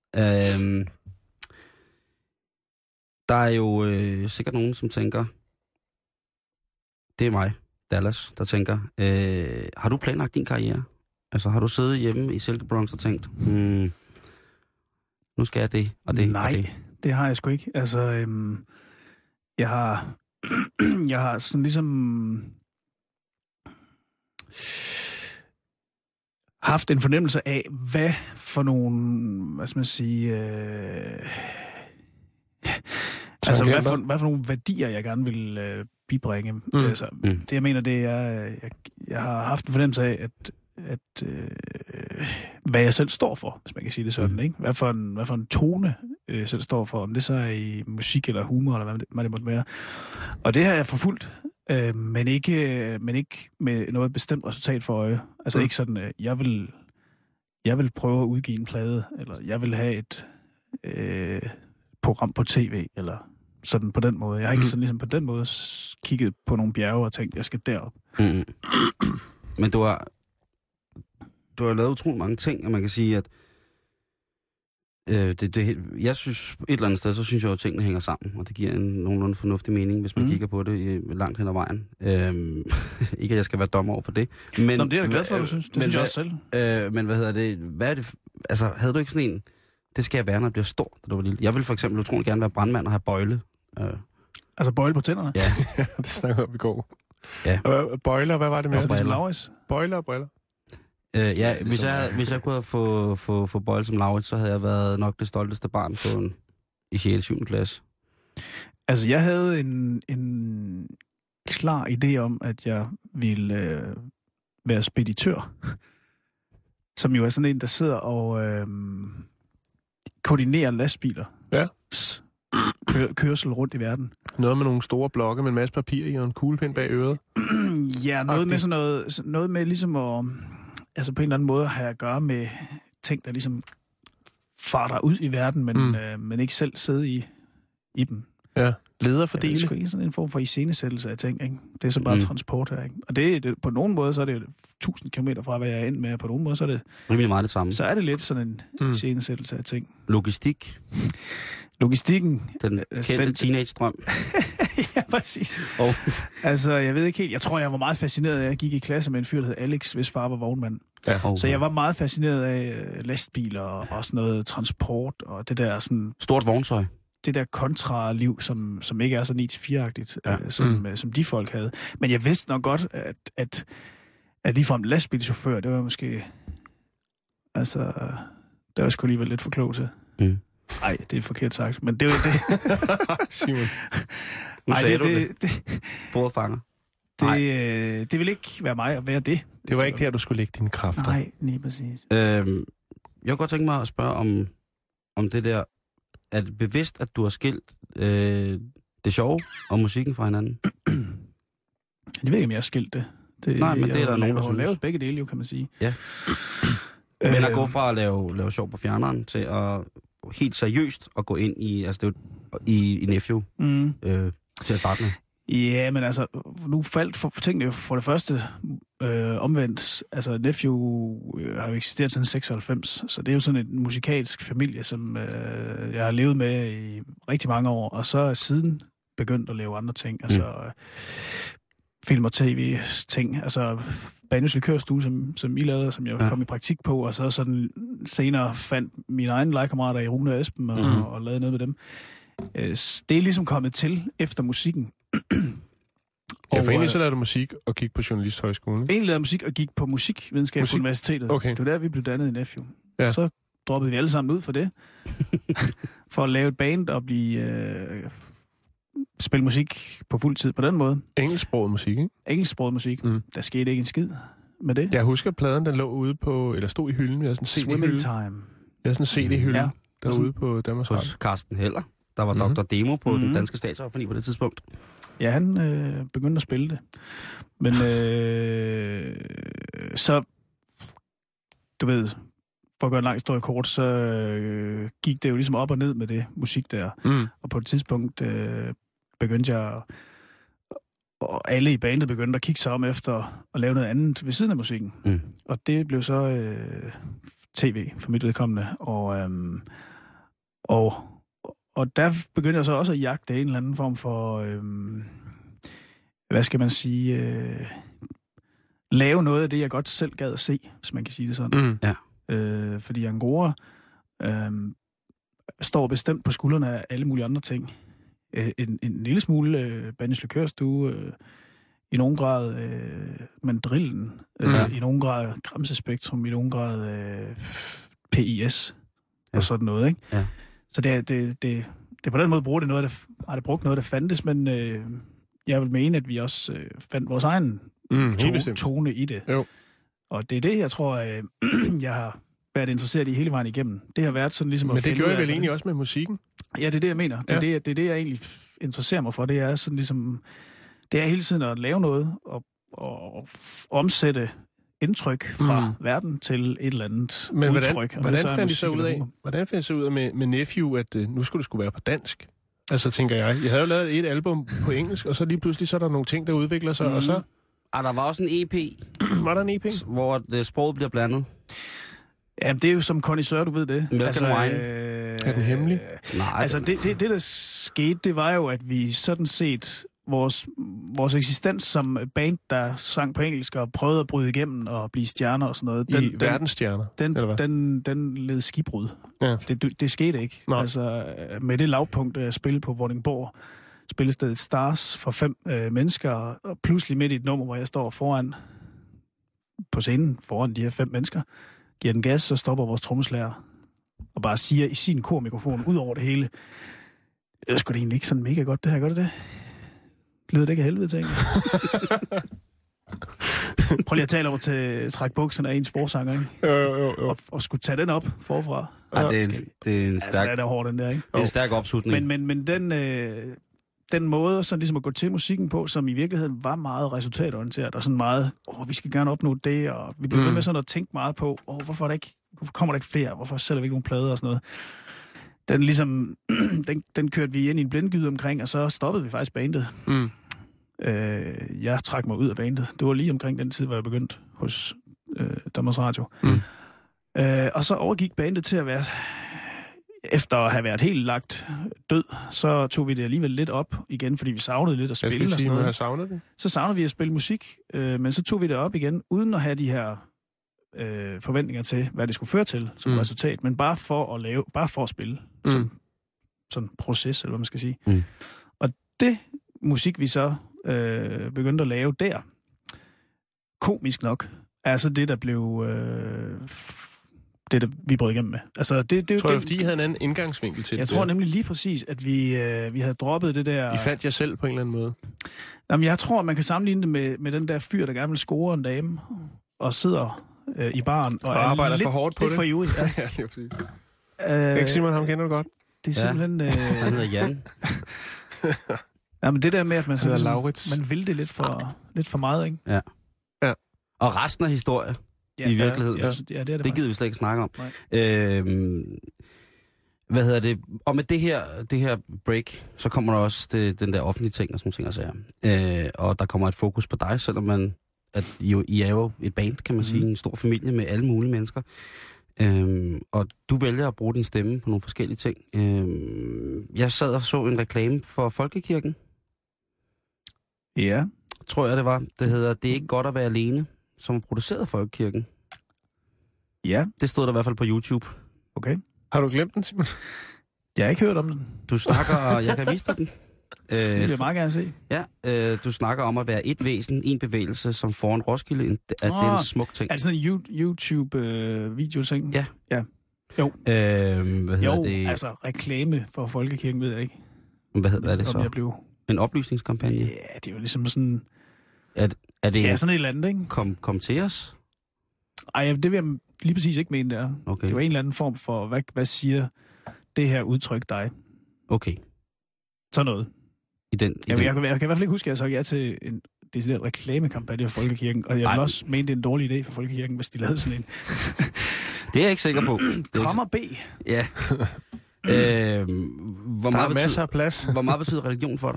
Der er jo sikkert nogen, som tænker, det er mig, Dallas, der tænker, har du planlagt din karriere? Altså, har du siddet hjemme i Silkeborg og tænkt, nu skal jeg det og det? Nej, og det. Det har jeg sgu ikke. Altså, jeg har sådan ligesom haft en fornemmelse af, hvad for nogle, hvad skal man sige, altså hvad for nogle værdier, jeg gerne vil bibringe. Altså, det jeg mener, det er, jeg har haft en fornemmelse af, at hvad jeg selv står for, hvis man kan sige det sådan, ikke? Hvad for en tone jeg selv står for, om det så er i musik eller humor, eller hvad det måtte være. Og det har jeg forfulgt, men ikke med noget bestemt resultat for øje. Altså ikke sådan, jeg vil prøve at udgive en plade, eller jeg vil have et program på tv, eller sådan på den måde. Jeg har ikke sådan ligesom på den måde kigget på nogle bjerge og tænkt, jeg skal derop. Men du har lavet utrolig mange ting, og man kan sige, at jeg synes, et eller andet sted, så synes jeg jo, at tingene hænger sammen, og det giver en nogenlunde fornuftig mening, hvis man kigger på det langt hen ad vejen. Ikke, at jeg skal være dommer over for det. Men, det er jeg glad for, du synes. Det synes jeg også selv. Men hvad hedder det? Hvad er det? Altså, havde du ikke sådan en, det skal jeg være, når jeg bliver stor, da du var lille? Jeg vil for eksempel utrolig gerne være brandmand og have bøjle. Altså bøjle på tænderne? Ja. Det snakker vi i går. Ja. Bøjler, hvad var det med? Altså, bøjler og briller. Ja, hvis jeg kunne have få bøjle som Laurits, så havde jeg været nok det stolteste barn på i 6. og 7. klasse. Altså, jeg havde en klar idé om, at jeg ville være speditør. Som jo er sådan en, der sidder og koordinerer lastbiler. Ja. Kørsel rundt i verden. Noget med nogle store blokke med en masse papir i og en kuglepind bag øret. Ja, noget med sådan noget med ligesom at, altså på en eller anden måde have at gøre med ting, der ligesom farter ud i verden, men ikke selv sidde i dem. Ja, lederfordele. Det er ikke sådan en form for iscenesættelse af ting, ikke? Det er så bare transport her, ikke? Og det på nogen måde, så er det 1000 kilometer fra, hvad jeg er ind med, og på nogen måde, så er det rimelig meget det samme. Så er det lidt sådan en iscenesættelse af ting. Logistikken. Den kendte teenage-drøm. Ja, præcis. Altså, jeg ved ikke helt. Jeg tror, jeg var meget fascineret af, at jeg gik i klasse med en fyr, der hed Alex, hvis far var vognmand. Ja. Så jeg var meget fascineret af lastbiler og sådan noget transport og det der sådan... Stort vogntøj. det der kontraliv, som ikke er så 9-4-agtigt, som de folk havde. Men jeg vidste nok godt, at ligefrem lastbilchauffør, det var måske... Altså, det var sgu alligevel lidt for klogt til. Nej, det er forkert sagt, men det var det. Simon. Nu sagde du det. Bordfanger. Det vil ikke være mig at være det. Det var ikke der, du skulle lægge dine kræfter. Nej, lige præcis. Jeg kunne godt tænke mig at spørge om det der, er det bevidst, at du har skilt det sjove og musikken fra hinanden? Jeg ved ikke, om jeg har skilt det. Nej, men det er der nogen, der synes. Jeg har lavet begge dele, jo, kan man sige. Ja. Men at gå fra at lave sjov på fjerneren til at helt seriøst at gå ind i, altså det er i Nephew til at starte med. Ja, men altså, nu faldt tingene jo for det første omvendt. Altså, Nephew har jo eksisteret siden 96, så det er jo sådan en musikalsk familie, som jeg har levet med i rigtig mange år, og så er siden begyndt at lave andre ting, altså film og tv-ting, altså Banjos Likørstue, som I lavede, som jeg kom i praktik på, og så sådan senere fandt mine egne legekammerater i Rune og Esben og lavede noget med dem. Det er ligesom kommet til efter musikken. Ja, for egentlig så lavede du musik og gik på Journalisthøjskolen. Egentlig lavede musik og gik på musikvidenskab på universitetet. Okay. Det var der, vi blev dannet i Nephew. Ja. Så droppede vi alle sammen ud for det. For at lave et band og spille musik på fuld tid på den måde. Engelsksproget musik, ikke? Engelsksproget musik. Der skete ikke en skid med det. Jeg husker, at pladen den lå ude på, eller stod i hylden. Vi havde sådan en Swimming CD-hylde. Time. Vi havde sådan en CD-hylde derude på Danmarks Radio. Hos Carsten Heller. Der var Dr. Demo på den danske statsoffentlige på det tidspunkt. Ja, han begyndte at spille det. Men så, du ved, for at gøre en lang historie kort, så gik det jo ligesom op og ned med det musik der. Og på et tidspunkt begyndte jeg, og alle i bandet begyndte at kigge sig om efter at lave noget andet ved siden af musikken. Og det blev så tv for mit vedkommende. Og der begyndte jeg så også at jagte en eller anden form for, hvad skal man sige, lave noget af det, jeg godt selv gad at se, hvis man kan sige det sådan. Fordi Angora står bestemt på skuldrene af alle mulige andre ting. En lille smule Banjos Likørstue, i nogen grad Mandrillen, i nogen grad Gramsespektrum, i nogen grad PIS og sådan noget, ikke? Ja. Så det på den måde bruger det noget, har det brugt noget, der fandtes, men jeg vil mene, at vi også fandt vores egen tone i det. Jo. Og det er det, jeg tror, jeg har været interesseret i hele vejen igennem. Det har været sådan ligesom at finde. Men det gjorde jeg vel egentlig også med musikken? Ja, det er det, jeg mener. Det er det, jeg egentlig interesserer mig for. Det er sådan ligesom, det er hele tiden at lave noget og omsætte indtryk fra verden til et eller andet udtryk. Hvordan fandt I så ud af med Nephew, at nu skulle det være på dansk? Altså, tænker jeg. Jeg havde jo lavet et album på engelsk, og så lige pludselig så er der nogle ting, der udvikler sig, og så... Der var også en EP. Var der en EP? Hvor sproget bliver blandet. Jamen, det er jo som connoisseur, du ved det. Altså, er den hemmelig? Nej. Altså, det der skete, det var jo, at vi sådan set... Vores eksistens som band, der sang på engelsk og prøvede at bryde igennem og blive stjerner og sådan noget. Verdensstjerner? Den led skibrud. Ja. Det skete ikke. Nå. Altså, med det lavpunkt at spille på Vordingborg, spillestedet Stars for 5 mennesker, og pludselig midt i et nummer, hvor jeg står på scenen foran de her 5 mennesker, giver den gas, så stopper vores trommeslager og bare siger i sin kormikrofon ud over det hele, det er sgu da egentlig ikke sådan mega godt, det her, gør det? Lyder det ikke af helvede til, egentlig? Prøv lige at tale over til træk bukserne af ens forsanger, ikke? Jo. Og skulle tage den op forfra. Ja, det er en stærk... Altså, det er hårdt, den der, ikke? Det er en stærk opslutning. Men den måde sådan ligesom at gå til musikken på, som i virkeligheden var meget resultatorienteret, og sådan meget, vi skal gerne opnå det, og vi blev ved med sådan at tænke meget på, hvorfor kommer der ikke flere? Hvorfor sælger vi ikke nogle plader og sådan noget? Den ligesom, den kørte vi ind i en blindgyde omkring, og så stoppede vi faktisk bandet. Jeg trak mig ud af bandet. Det var lige omkring den tid, hvor jeg begyndte hos Danmarks Radio. Og så overgik bandet til at være, efter at have været helt lagt død, så tog vi det alligevel lidt op igen, fordi vi savnede lidt at spille. Jeg skulle sige, det. Så savnede vi at spille musik, men så tog vi det op igen, uden at have de her forventninger til, hvad det skulle føre til som resultat, men bare for at spille, sådan proces, eller hvad man skal sige. Og det musik, vi så begyndte at lave der, komisk nok, er så det, der blev... det, der vi brød igennem med. Altså, det tror jeg, fordi I havde en anden indgangsvinkel til det. Jeg tror nemlig lige præcis, at vi havde droppet det der... I fandt jer selv på en eller anden måde. Jamen, jeg tror, at man kan sammenligne det med den der fyr, der gerne vil score en dame, og sidder i baren og arbejder for hårdt på det. Det for ivrig, ja. Ja, det er præcis. Ikke Simon, ham kender du godt? Det er simpelthen... Han hedder Jan. Jamen, det der med, at man, man vil det lidt for meget, ikke? Ja. Og resten af historie, i virkeligheden, det gider vi slet ikke snakke om. Hvad hedder det? Og med det her break, så kommer der også den der offentlige ting og sådan ting og sager. Og der kommer et fokus på dig, selvom I er jo et band, kan man sige, en stor familie med alle mulige mennesker. Og du vælger at bruge din stemme på nogle forskellige ting. Jeg sad og så en reklame for Folkekirken. Ja. Tror jeg, det var. Det hedder, det er ikke godt at være alene, som er produceret af Folkekirken. Ja. Det stod der i hvert fald på YouTube. Okay. Har du glemt den, Simon? Jeg har ikke hørt om den. Du snakker, jeg kan vise dig den. Det vil jeg meget gerne se. Ja, du snakker om at være et væsen, en bevægelse, som foran Roskilde, at det er en smuk ting. Er det sådan en YouTube-video-ting? Ja. Jo. Hvad hedder det? Altså reklame for Folkekirken, ved jeg ikke. Hvad er det så? Jeg blev... En oplysningskampagne? Ja, det er jo ligesom sådan... Er det ja, sådan et eller andet, ikke? Kom til os? Ej, det vil jeg lige præcis ikke mene, det er. Okay. Det var en eller anden form for, hvad siger det her udtryk dig? Okay. Sådan noget. Jeg kan i hvert fald ikke huske, at jeg så ja til en decideret reklamekampagne for Folkekirken, og jeg vil også mene, det er en dårlig idé for Folkekirken, hvis de lavede sådan en. Det er jeg ikke sikker på. Kommer B. Ja. Der er masser af plads. Hvor meget betyder religion for dig?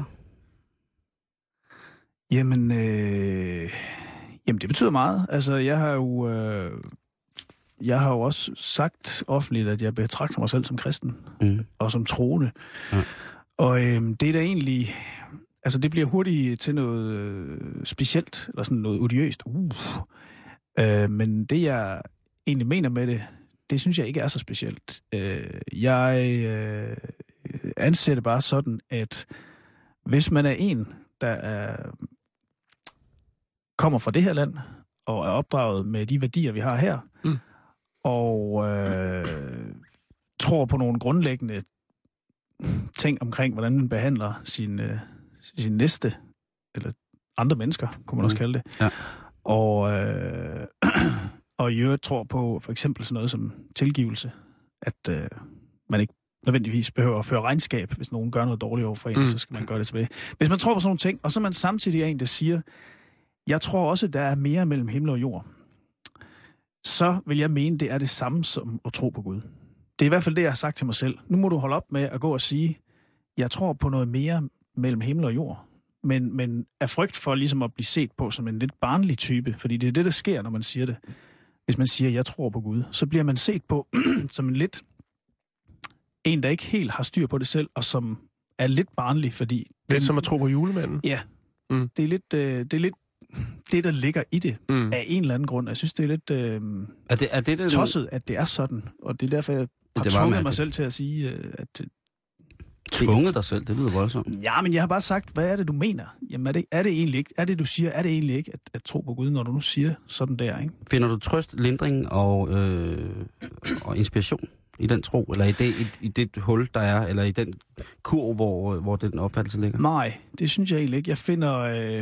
Jamen, det betyder meget. Altså, jeg har jo også sagt offentligt, at jeg betragter mig selv som kristen og som troende. Ja. Og det er da egentlig... Altså, det bliver hurtigt til noget specielt, eller sådan noget odiøst. Men det, jeg egentlig mener med det, det synes jeg ikke er så specielt. Jeg anser det bare sådan, at hvis man er en, der kommer fra det her land, og er opdraget med de værdier, vi har her, og tror på nogle grundlæggende ting omkring, hvordan man behandler sin næste, eller andre mennesker, kunne man også kalde det. Ja. Og i øvrigt tror på for eksempel sådan noget som tilgivelse, at man ikke nødvendigvis behøver at føre regnskab, hvis nogen gør noget dårligt over for en, så skal man gøre det tilbage. Hvis man tror på sådan nogle ting, og så man samtidig er en, der siger, jeg tror også, der er mere mellem himmel og jord, så vil jeg mene, det er det samme som at tro på Gud. Det er i hvert fald det, jeg har sagt til mig selv. Nu må du holde op med at gå og sige, jeg tror på noget mere mellem himmel og jord, men er frygt for ligesom at blive set på som en lidt barnlig type, fordi det er det, der sker, når man siger det. Hvis man siger, jeg tror på Gud, så bliver man set på som en, der ikke helt har styr på det selv, og som er lidt barnlig, fordi... Lidt som at tro på julemanden? Ja. Det er lidt det, der ligger i det, af en eller anden grund. Jeg synes, det er lidt er det tosset, at det er sådan, og det er derfor, jeg har tvunget mig selv til at sige, at... Tvunget dig selv, det lyder voldsomt. Ja, men jeg har bare sagt, hvad er det, du mener? Jamen, er det egentlig ikke? Er det, du siger, er det egentlig ikke at tro på Gud, når du nu siger sådan der, ikke? Finder du trøst, lindring og inspiration i den tro, eller i det hul, der er, eller i den kurv, hvor den opfattelse ligger? Nej, det synes jeg egentlig ikke. Jeg finder...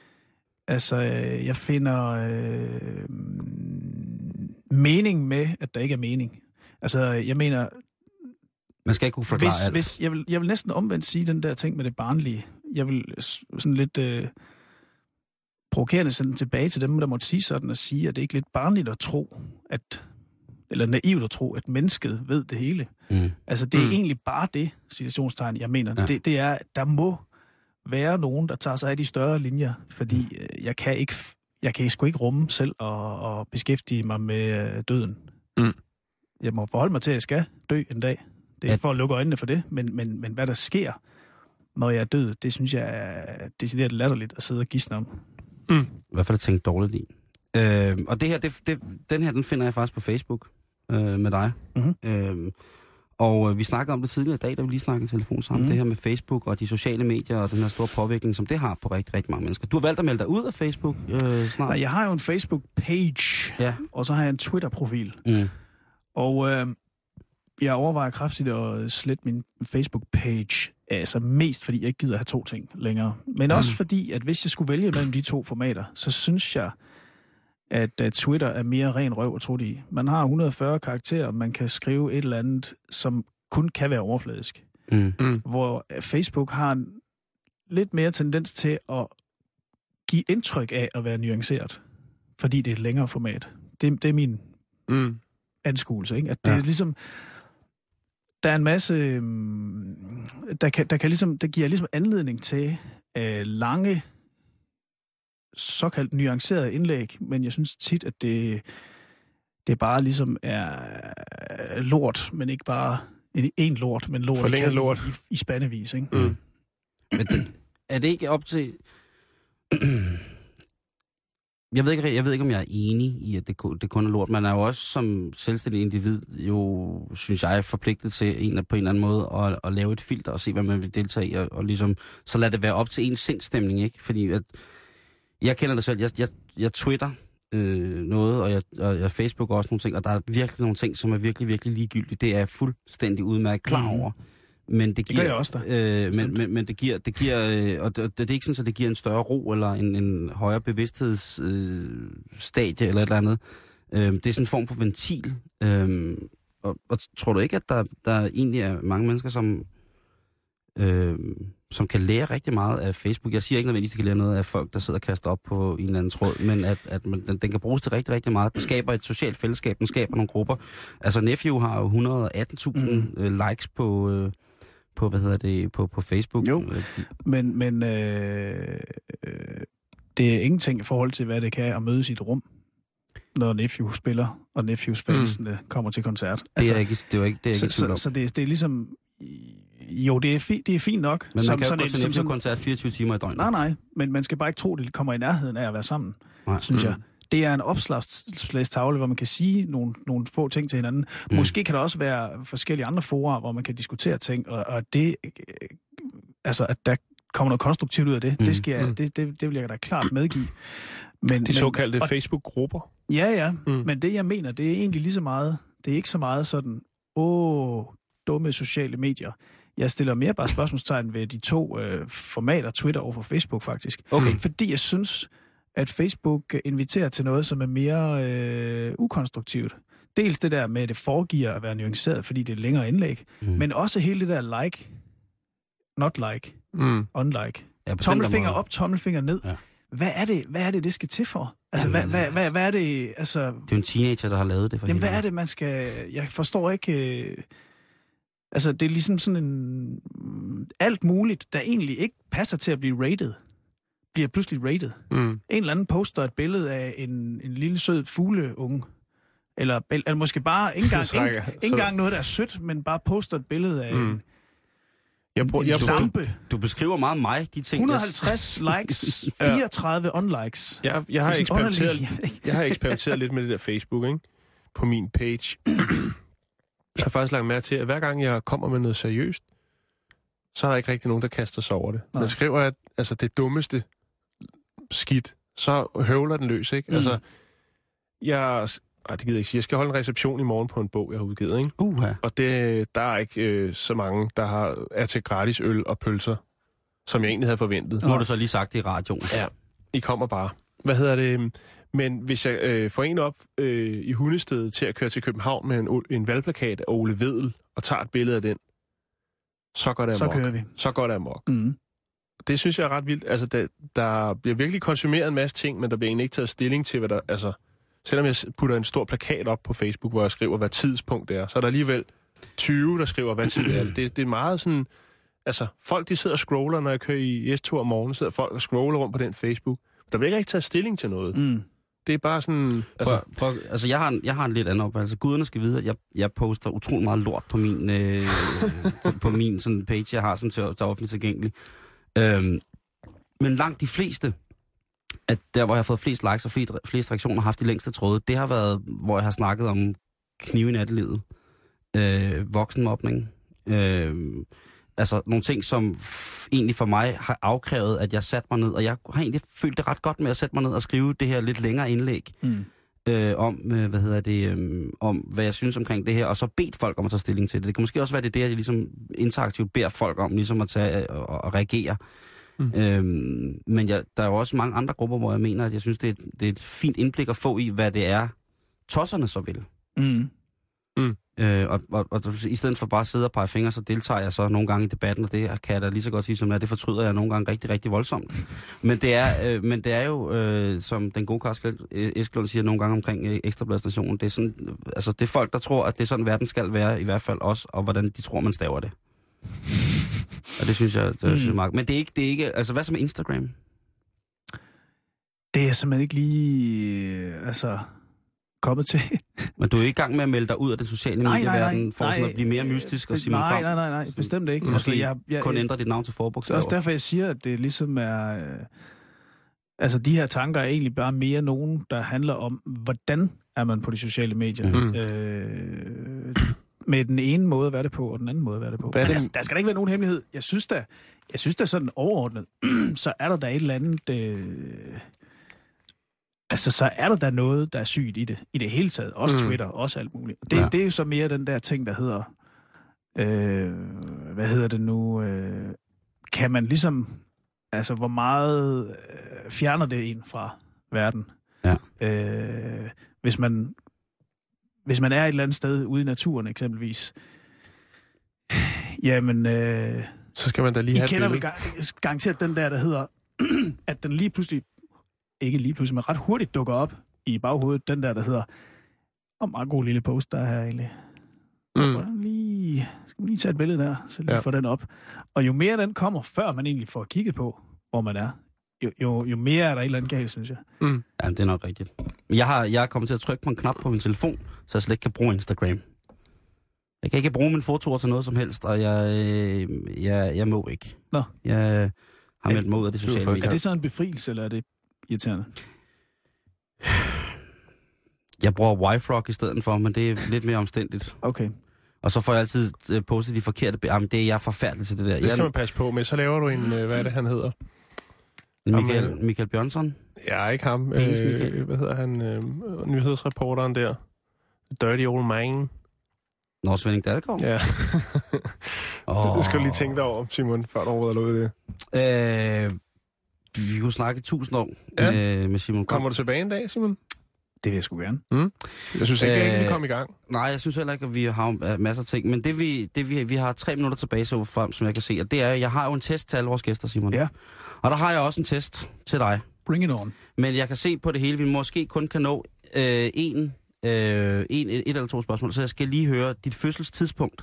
mening med, at der ikke er mening. Altså, jeg mener... Man skal ikke kunne forklare alt. Jeg vil næsten omvendt sige den der ting med det barnlige. Jeg vil sådan lidt provokerende sende tilbage til dem, der måtte sige sådan, at sige, at det ikke er lidt barnligt at tro, eller naivt at tro, at mennesket ved det hele. Altså, det er egentlig bare det, citationstegn, jeg mener. Ja. Det er, at der må være nogen, der tager sig af de større linjer, fordi jeg kan sgu ikke rumme selv og beskæftige mig med døden. Jeg må forholde mig til, at jeg skal dø en dag. Det er for at lukke øjnene for det, men hvad der sker, når jeg er død, det synes jeg er decideret latterligt at sidde og gisne om. I hvert fald at tænke dårligt i. Og det her, den finder jeg faktisk på Facebook med dig. Og vi snakkede om det tidligere i dag, da vi lige snakkede i telefon sammen. Det her med Facebook og de sociale medier og den her store påvirkning, som det har på rigtig, rigtig mange mennesker. Du har valgt at melde dig ud af Facebook snart. Nej, jeg har jo en Facebook-page, og så har jeg en Twitter-profil. Og jeg overvejer kraftigt at slette min Facebook-page. Altså mest fordi jeg ikke gider have 2 ting længere. Men også fordi, at hvis jeg skulle vælge mellem de 2 formater, så synes jeg, at Twitter er mere ren røv og trut i. Man har 140 karakterer, man kan skrive et eller andet, som kun kan være overfladisk. Hvor Facebook har lidt mere tendens til at give indtryk af at være nuanceret, fordi det er et længere format. Det er min anskuelse, ikke? At det er ligesom... Der er en masse... Der giver ligesom anledning til lange, såkaldt nuancerede indlæg, men jeg synes tit, at det bare ligesom er lort, men ikke bare en lort, men lort, forlænget lort i spandevis, ikke? Men er det ikke op til... Jeg ved ikke, om jeg er enig i, at det kun er lort. Man er jo også som selvstændig individ, jo, synes jeg, er forpligtet til på en eller anden måde at lave et filter og se, hvad man vil deltage i, og ligesom, så lad det være op til ens sindstemning, ikke? Fordi at, jeg kender det selv, jeg twitter noget, og jeg Facebook også nogle ting, og der er virkelig nogle ting, som er virkelig, virkelig ligegyldige. Det er jeg fuldstændig udmærket klar over. Men det giver, gør jeg også da. Men det giver, og det er ikke sådan, at det giver en større ro eller en højere bevidsthedsstadie eller et eller andet. Det er sådan en form for ventil. Og tror du ikke, at der egentlig er mange mennesker, som kan lære rigtig meget af Facebook? Jeg siger ikke nødvendigvis, at de kan lære noget af folk, der sidder og kaster op på en eller anden tråd, men at den kan bruges til rigtig, rigtig meget. Den skaber et socialt fællesskab, den skaber nogle grupper. Altså Nephew har jo 118.000 likes på på Facebook. Jo, men det er ingenting i forhold til, hvad det kan at mødes i et rum, når Nephew spiller, og Nephews fansene kommer til koncert. Det er ikke tvivl om. Så det er ligesom... Jo, det er fint nok. Men man kan jo gå til Nephew-koncert 24 timer i døgnet. Nej, men man skal bare ikke tro, det kommer i nærheden af at være sammen, synes jeg. Det er en opslagstavle, hvor man kan sige nogle få ting til hinanden. Måske kan der også være forskellige andre forer, hvor man kan diskutere ting, og det, altså, at der kommer noget konstruktivt ud af det, det vil jeg da klart medgive. Men, de såkaldte Facebook-grupper? Ja, men det jeg mener, det er egentlig lige så meget, det er ikke så meget sådan, dumme sociale medier. Jeg stiller mere bare spørgsmålstegn ved de 2 formater, Twitter og for Facebook faktisk. Okay. Fordi jeg synes, at Facebook inviterer til noget, som er mere ukonstruktivt. Dels det der med, at det foregiver at være nuanceret, fordi det er længere indlæg, men også hele det der like, not like, unlike. Ja, tommelfinger op, tommelfinger ned. Ja. Hvad er det, det skal til for? Altså, hvad er det, altså... Det er jo en teenager, der har lavet det for jamen, hvad er det, man skal... Jeg forstår ikke... Altså, det er ligesom sådan en... Alt muligt, der egentlig ikke passer til at blive rated, bliver pludselig rated. En eller anden poster et billede af en lille sød fugleunge, eller måske bare ikke engang noget, der er sødt, men bare poster et billede af en lampe. Du beskriver meget mig, de ting. 150 likes, 34 unlikes. Jeg har eksperimenteret lidt med det der Facebook, ikke? På min page. Jeg har faktisk lagt mærke til, at hver gang jeg kommer med noget seriøst, så er der ikke rigtig nogen, der kaster sig over det. Man skriver, at altså, det dummeste skidt, så høvler den løs, ikke? Altså, det gider jeg ikke sige. Jeg skal holde en reception i morgen på en bog, jeg har udgivet, ikke? Og der er ikke så mange, der er til gratis øl og pølser, som jeg egentlig havde forventet. Nu har du så lige sagt det i radioen. Ja, I kommer bare. Hvad hedder det? Men hvis jeg får en op i Hundested til at køre til København med en valgplakat af Ole Vedel og tager et billede af den, så går det amok. Så kører vi. Så går det amok. Det synes jeg er ret vildt. Altså, der bliver virkelig konsumeret en masse ting, men der bliver egentlig ikke taget stilling til, hvad der... Altså, selvom jeg putter en stor plakat op på Facebook, hvor jeg skriver, hvad tidspunkt det er, så er der alligevel 20, der skriver, hvad tid det er. Det er meget sådan... Altså, folk de sidder og scroller, når jeg kører i S-tog om morgenen, sidder folk og scroller rundt på den Facebook. Der bliver ikke taget stilling til noget. Det er bare sådan... Altså, jeg har en lidt anden opfattelse. Guderne skal vide, at jeg poster utrolig meget lort på min, på min sådan page, jeg har sådan til offentligt tilgængelig. Men langt de fleste, at der, hvor jeg har fået flest likes og flest reaktioner, har haft de længste tråde, det har været, hvor jeg har snakket om knive i nattelivet. voksenmobning. Altså nogle ting, som egentlig for mig har afkrævet, at jeg satte mig ned, og jeg har egentlig følt det ret godt med at sætte mig ned og skrive det her lidt længere indlæg om, om hvad jeg synes omkring det her, og så bedt folk om at tage stilling til det. Det kan måske også være det, at jeg ligesom interaktivt beder folk om ligesom at tage og reagere. Men der er jo også mange andre grupper, hvor jeg mener, at jeg synes, det er et fint indblik at få i, hvad det er, tosserne så vil. Og i stedet for bare at sidde og pege fingre, så deltager jeg så nogle gange i debatten, og det kan jeg da lige så godt sige som det fortryder jeg nogle gange rigtig, rigtig voldsomt. Men det er jo, som den gode Karl Eskelund siger nogle gange omkring Ekstrabladstationen, det er sådan, altså det er folk, der tror, at det er sådan, verden skal være, i hvert fald også, og hvordan de tror, man staver det. Og det synes jeg, det er meget. Men det er ikke, altså hvad så med Instagram? Det er simpelthen ikke lige, kommet til. Men du er ikke i gang med at melde dig ud af den sociale medieverden, for sådan at blive mere mystisk og sige, nej, bestemt ikke. Måske jeg kun ændre dit navn til forbogstaver. Det er også derfor, jeg siger, at det ligesom er... de her tanker er egentlig bare mere nogen, der handler om, hvordan er man på de sociale medier. Med den ene måde at være det på, og den anden måde at være det på. Men der skal da ikke være nogen hemmelighed. Jeg synes da sådan overordnet, så er der da et eller andet... så er der da noget, der er sygt i det. I det hele taget. Også Twitter, også alt muligt. Det er jo så mere den der ting, der hedder... hvad hedder det nu? Kan man ligesom... hvor meget fjerner det en fra verden? Ja. Hvis man er et eller andet sted ude i naturen eksempelvis, jamen... så skal man da lige have et billede. I kender vel garanteret den der hedder, at den lige pludselig, ikke lige pludselig, men ret hurtigt dukker op i baghovedet, den der hedder, meget god lille post, der er her egentlig. Skal man lige tage et billede der, så lige få den op. Og jo mere den kommer, før man egentlig får kigget på, hvor man er, jo mere er der et eller andet galt, synes jeg. Ja, det er nok rigtigt. Jeg er kommet til at trykke på en knap på min telefon, så jeg slet ikke kan bruge Instagram. Jeg kan ikke bruge min fotoer til noget som helst, og jeg må ikke. Nå. Jeg har meldt mig ud af det sociale medier. Er det så en befrielse, eller er det irriterende? Jeg bruger YFrog i stedet for, men det er lidt mere omstændigt. Okay. Og så får jeg altid postet de forkerte... Jamen, det er jeg forfærdelig til det der. Det skal man passe på med. Så laver du en... hvad er det, han hedder? Michael Bjørnsson? Ja, ikke ham. Hvad hedder han? Nyhedsreporteren der. Dirty Old Man. Nå, Svending Dalgaard? Ja. Det skal du lige tænke dig over, Simon, før du overhovedet har lovet det. Vi kunne snakke 1000 år med Simon. Kommer du tilbage en dag, Simon? Det vil jeg sgu gerne. Jeg synes ikke, vi kom i gang. Nej, jeg synes heller ikke, at vi har masser af ting. Men vi har 3 minutter tilbage så frem, som jeg kan se. Og det er, jeg har jo en test til alle vores gæster, Simon. Ja. Og der har jeg også en test til dig. Bring it on. Men jeg kan se på det hele, vi måske kun kan nå et eller 2 spørgsmål. Så jeg skal lige høre dit fødselstidspunkt.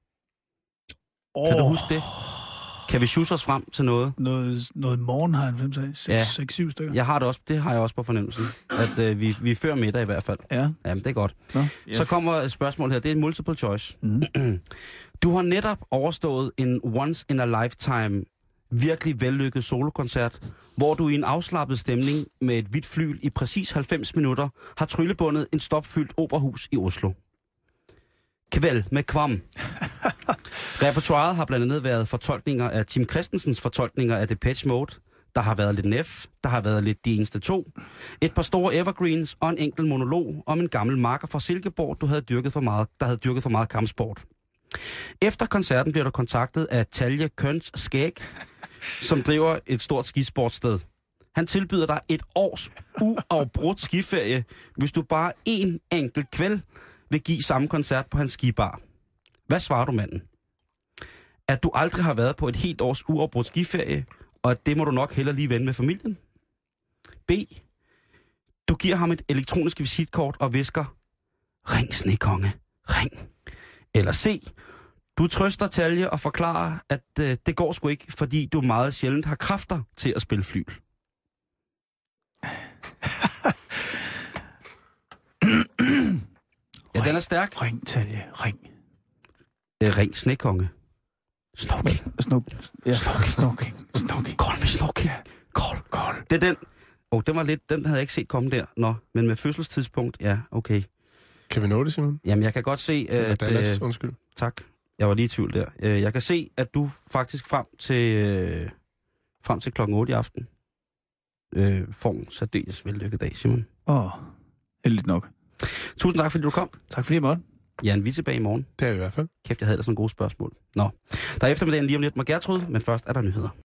Kan du huske det? Kan vi sjusse os frem til noget? Noget morgen har han 6-7 stykker. Jeg har det også. Det har jeg også på fornemmelsen. At vi er før middag i hvert fald. Ja. Jamen, det er godt. Ja. Så kommer et spørgsmål her. Det er en multiple choice. Du har netop overstået en once in a lifetime virkelig vellykket solokoncert, hvor du i en afslappet stemning med et hvidt flyl i præcis 90 minutter har tryllebundet en stopfyldt operahus i Oslo. Kvæld med kvam. Repertoiret har blandt andet været fortolkninger af Tim Christensens fortolkninger af Depeche Mode. Der har været lidt Neff, der har været lidt De Eneste To, et par store evergreens og en enkelt monolog om en gammel makker fra Silkeborg, der havde dyrket for meget kampsport. Efter koncerten bliver du kontaktet af Talje Køns Skæg, som driver et stort skisportssted. Han tilbyder dig et års uafbrudt skiferie, hvis du bare en enkelt kvæld vil give samme koncert på hans skibar. Hvad svarer du manden? At du aldrig har været på et helt års uafbrudt skiferie, og at det må du nok hellere lige vende med familien? B. Du giver ham et elektronisk visitkort og visker, ring snekonge, ring. Eller C. Du trøster Talje og forklarer, at det går sgu ikke, fordi du meget sjældent har kræfter til at spille flyl. Ja, den er stærk. Ring, Talje, ring. Ring snekonge. Snorking. Snorking. Call me snorking. Call. Det er den. Den var lidt, den havde jeg ikke set komme der. Nå, men med fødselstidspunkt, ja, okay. Kan vi nå det, Simon? Jamen, jeg kan godt se, at... Dallas, undskyld. Tak. Jeg var lige i tvivl der. Jeg kan se, at du faktisk frem til klokken 8 i aften får en særdeles vellykket dag, Simon. Heldigt nok. Tusind tak, fordi du kom. Tak fordi jeg måtte. Jan, vi er tilbage i morgen. Det er i hvert fald. Kæft, jeg havde da sådan gode spørgsmål. Nå, der er eftermiddagen lige om lidt med Gertrud, men først er der nyheder.